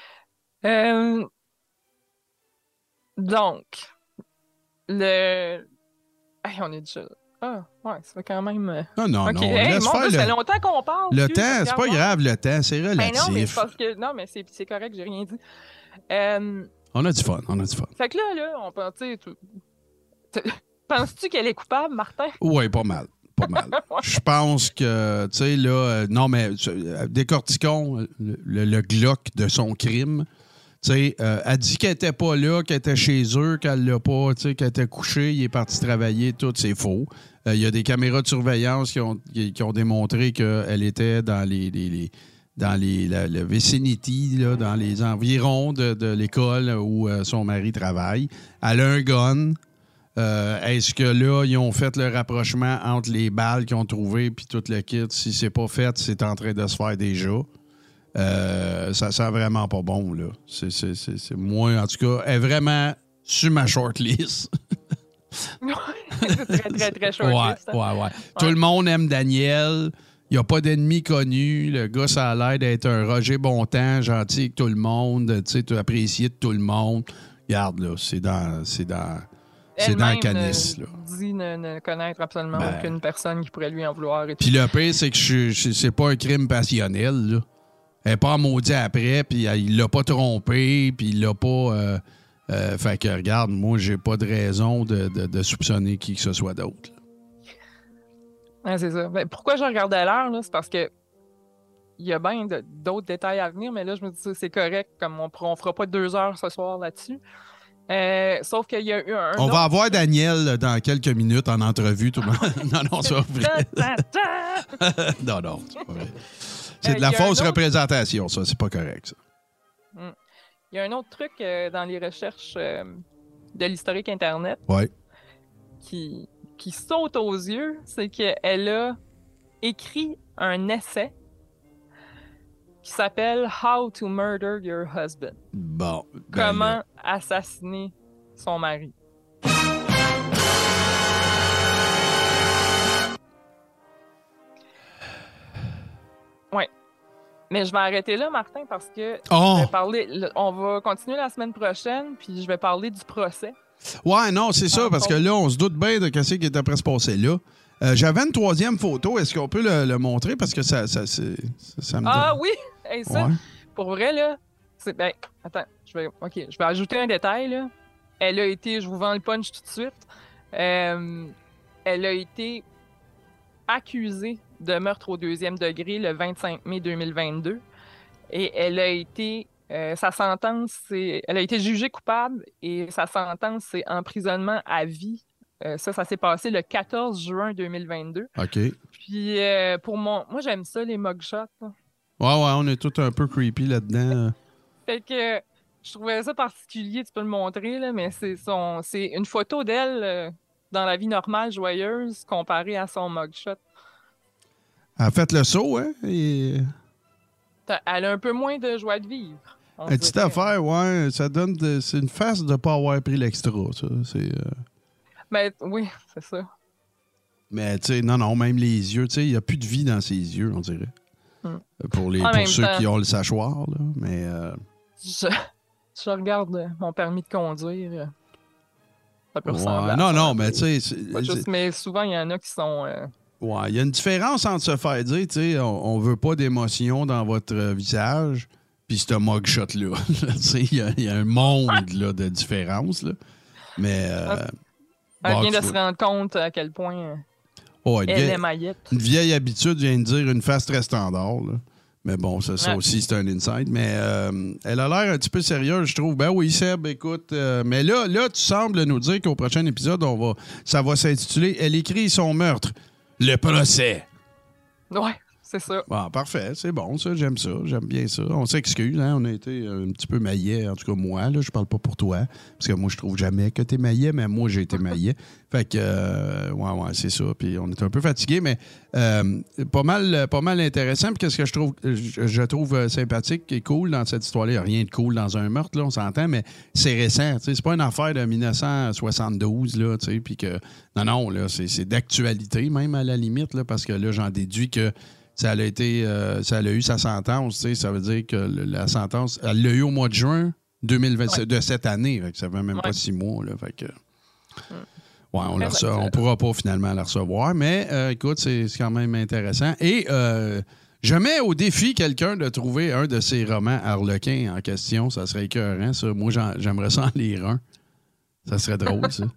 Donc, Hey, on est déjà... Ah, ouais, ça fait quand même... Non, okay. Hey, laisse faire ça fait longtemps qu'on parle. Le temps, c'est pas grave, le temps, c'est relatif. Ben non, mais non, mais c'est correct, j'ai rien dit. On a du fun. Fait que là, on pense, penses-tu qu'elle est coupable, Martin? Oui, pas mal. Je pense que, tu sais, là, non, mais décortiquons le Glock de son crime. Tu sais, elle dit qu'elle était pas là, qu'elle était chez eux, qu'elle l'a pas, tu sais, qu'elle était couchée, il est parti travailler, tout, c'est faux. Il y a des caméras de surveillance qui ont démontré qu'elle était dans la vicinity, là, dans les environs de l'école où son mari travaille. Elle a un gun. Est-ce que là, ils ont fait le rapprochement entre les balles qu'ils ont trouvées puis tout le kit? Si c'est pas fait, c'est en train de se faire déjà. Ça sent vraiment pas bon, là. C'est moi, en tout cas, elle est vraiment sur ma shortlist. C'est très, très, très shortlist. Ouais. Tout le monde aime Daniel. Il n'y a pas d'ennemi connu. Le gars, ça a l'air d'être un Roger Bontemps, gentil avec tout le monde, tu sais, apprécié de tout le monde. Regarde, là, c'est dans le canis, là. Dit ne connaître absolument aucune personne qui pourrait lui en vouloir. Puis le pire, c'est que c'est pas un crime passionnel, là. Elle n'est pas en maudit après, puis il l'a pas trompé, puis il l'a pas... fait que, regarde, moi, j'ai pas de raison de soupçonner qui que ce soit d'autre. Ouais, c'est ça. Ben, pourquoi je regardais l'heure, là? C'est parce que y a bien d'autres détails à venir, mais là, je me dis que c'est correct, comme on fera pas 2 heures ce soir là-dessus. Sauf qu'il y a eu On va avoir Daniel dans quelques minutes en entrevue. Tout le monde. Non, c'est pas vrai. Non, c'est pas vrai. C'est de la fausse représentation, ça. C'est pas correct, ça. Il y a un autre truc dans les recherches de l'historique Internet qui saute aux yeux, c'est qu'elle a écrit un essai qui s'appelle « How to Murder Your Husband ». Bon. Comment assassiner son mari. Ouais. Mais je vais arrêter là, Martin, parce que je vais parler. On va continuer la semaine prochaine, puis je vais parler du procès. Ouais, non, c'est ça, parce que là, on se doute bien de ce qui est après se passer là. J'avais une troisième photo. Est-ce qu'on peut le montrer? Parce que ça me... Ah oui! Hey, ça, pour vrai, là, ben, attends, je vais ajouter un détail, là. Elle a été, je vous vends le punch tout de suite, elle a été accusée de meurtre au 2e degré le 25 mai 2022 et elle a été, sa sentence, elle a été jugée coupable et sa sentence, c'est emprisonnement à vie. Ça s'est passé le 14 juin 2022. OK. Puis, moi, j'aime ça, les mugshots. Ouais, on est tous un peu creepy là-dedans. Fait que je trouvais ça particulier, tu peux le montrer, là, mais c'est une photo d'elle dans la vie normale, joyeuse, comparée à son mugshot. Elle a fait le saut, hein? Et... Elle a un peu moins de joie de vivre. Une petite affaire, ouais. Ça donne c'est une face de ne pas avoir pris l'extra, ça. Ben, oui, c'est ça. Mais, tu sais, non, même les yeux, tu sais, il n'y a plus de vie dans ses yeux, on dirait. Pour ceux qui ont le sachoir, là. Mais... Je regarde mon permis de conduire. Ça peut ressembler à non, mais tu sais... Mais souvent, il y en a qui sont... Ouais, il y a une différence entre se faire dire, tu sais, on veut pas d'émotion dans votre visage, puis ce mugshot-là. Tu sais, il y a un monde là, de différence, là. Mais... elle vient de se rendre compte à quel point elle est maillette. Une vieille habitude vient de dire une face très standard, là. Mais bon, ça aussi, c'est un insight. Mais elle a l'air un petit peu sérieuse, je trouve. Ben oui, Seb, écoute. Mais là, tu sembles nous dire qu'au prochain épisode, ça va s'intituler « Elle écrit son meurtre, le procès ». Ouais, c'est ça. Bon, parfait, c'est bon, ça, j'aime bien ça. On s'excuse, hein, on a été un petit peu maillet, en tout cas moi, là, je parle pas pour toi, parce que moi, je trouve jamais que t'es maillet, mais moi, j'ai été maillet. Fait que, ouais, c'est ça, puis on est un peu fatigué, mais pas mal intéressant, puis qu'est-ce que je trouve sympathique et cool dans cette histoire-là, il n'y a rien de cool dans un meurtre, là, on s'entend, mais c'est récent, tu sais, c'est pas une affaire de 1972, là, tu sais, puis que, non, là, c'est d'actualité, même à la limite, là, parce que là, j'en déduis que ça a eu sa sentence, tu sais, ça veut dire que la sentence, elle l'a eu au mois de juin 2020, de cette année, fait que ça fait même pas 6 mois, là, fait que... Ouais, on pourra pas finalement la recevoir, mais écoute, c'est quand même intéressant. Et je mets au défi quelqu'un de trouver un de ces romans Harlequin en question, ça serait écœurant, ça. Moi, j'aimerais ça en lire un. Ça serait drôle, ça.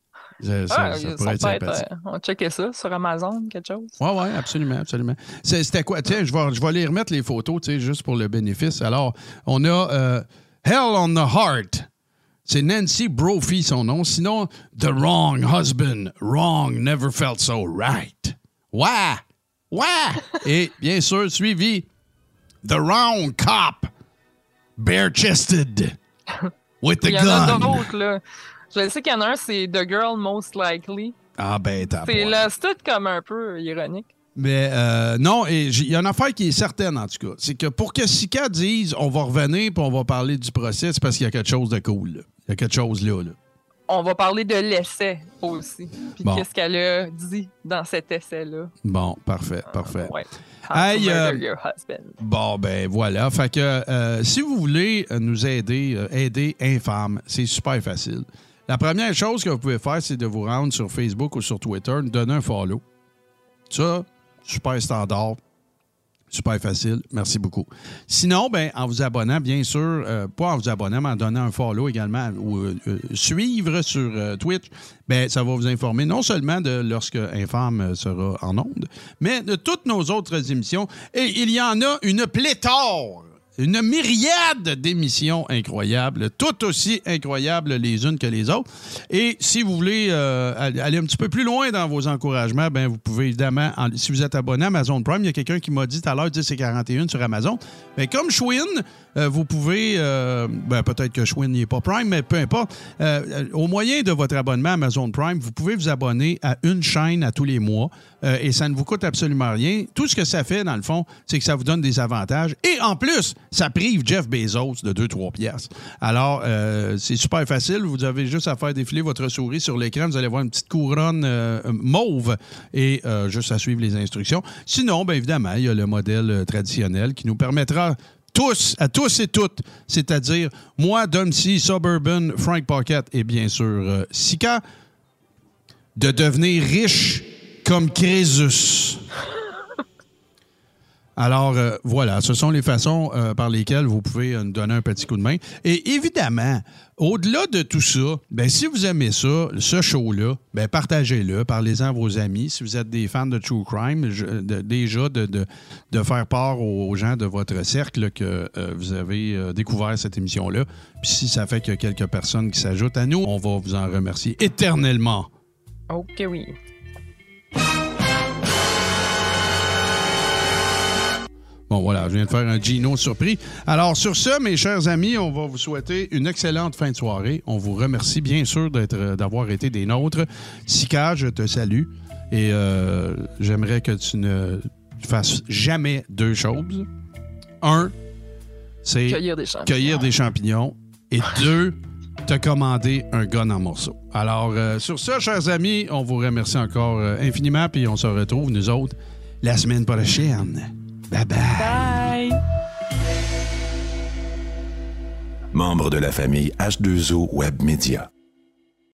Ça pourrait être sympathique. On va checker ça sur Amazon, quelque chose. Oui, absolument. C'était quoi? Tiens, je vais les remettre les photos, tu sais, juste pour le bénéfice. Alors, on a Hell on the Heart. C'est Nancy Brophy, son nom. Sinon, The Wrong Husband. Wrong never felt so right. Ouais! Et bien sûr, suivi The Wrong Cop. Bare-chested. With the gun. Il y en a d'autres, là. Je sais qu'il y en a un, c'est The Girl Most Likely. Ah ben, c'est tout comme un peu ironique. Mais non, et il y a une affaire qui est certaine, en tout cas. C'est que pour que Sika dise on va revenir puis on va parler du procès, c'est parce qu'il y a quelque chose de cool, là. Il y a quelque chose là. On va parler de l'essai aussi. Puis qu'est-ce qu'elle a dit dans cet essai-là. Bon, parfait. Ouais. Hey, bon, ben voilà. Fait que si vous voulez nous aider Infâme, c'est super facile. La première chose que vous pouvez faire, c'est de vous rendre sur Facebook ou sur Twitter, nous donner un follow. Ça, super standard. Super facile. Merci beaucoup. Sinon, ben, en vous abonnant, bien sûr, pas en vous abonnant, mais en donnant un follow également ou suivre sur Twitch, ben, ça va vous informer non seulement de lorsque Infâme sera en onde, mais de toutes nos autres émissions. Et il y en a une pléthore. Une myriade d'émissions incroyables, toutes aussi incroyables les unes que les autres. Et si vous voulez aller un petit peu plus loin dans vos encouragements, ben vous pouvez évidemment, si vous êtes abonné à Amazon Prime, il y a quelqu'un qui m'a dit tout à l'heure 10,41 sur Amazon. Mais comme Schwinn, vous pouvez, peut-être que Schwinn n'est pas Prime, mais peu importe, au moyen de votre abonnement à Amazon Prime, vous pouvez vous abonner à une chaîne à tous les mois et ça ne vous coûte absolument rien. Tout ce que ça fait, dans le fond, c'est que ça vous donne des avantages. Et en plus, ça prive Jeff Bezos de 2-3 piastres. Alors, c'est super facile. Vous avez juste à faire défiler votre souris sur l'écran. Vous allez voir une petite couronne mauve et juste à suivre les instructions. Sinon, bien évidemment, il y a le modèle traditionnel qui nous permettra à tous et toutes, c'est-à-dire moi, Dom C, Suburban, Frank Pocket et bien sûr Sika, de devenir riche comme Crésus. Alors, voilà, ce sont les façons par lesquelles vous pouvez nous donner un petit coup de main. Et évidemment, au-delà de tout ça, ben, si vous aimez ça, ce show-là, ben, partagez-le, parlez-en à vos amis. Si vous êtes des fans de True Crime, déjà de faire part aux gens de votre cercle que vous avez découvert cette émission-là. Puis si ça fait qu'il y a quelques personnes qui s'ajoutent à nous, on va vous en remercier éternellement. OK, oui. Bon, voilà, je viens de faire un Gino surpris. Alors, sur ce, mes chers amis, on va vous souhaiter une excellente fin de soirée. On vous remercie, bien sûr, d'avoir été des nôtres. Sika, je te salue. Et j'aimerais que tu ne fasses jamais deux choses. Un, c'est cueillir des champignons. Et deux, te commander un gun en morceaux. Alors, sur ce, chers amis, on vous remercie encore infiniment. Puis on se retrouve, nous autres, la semaine prochaine. Bye-bye. Bye. Membre de la famille H2O Web Media.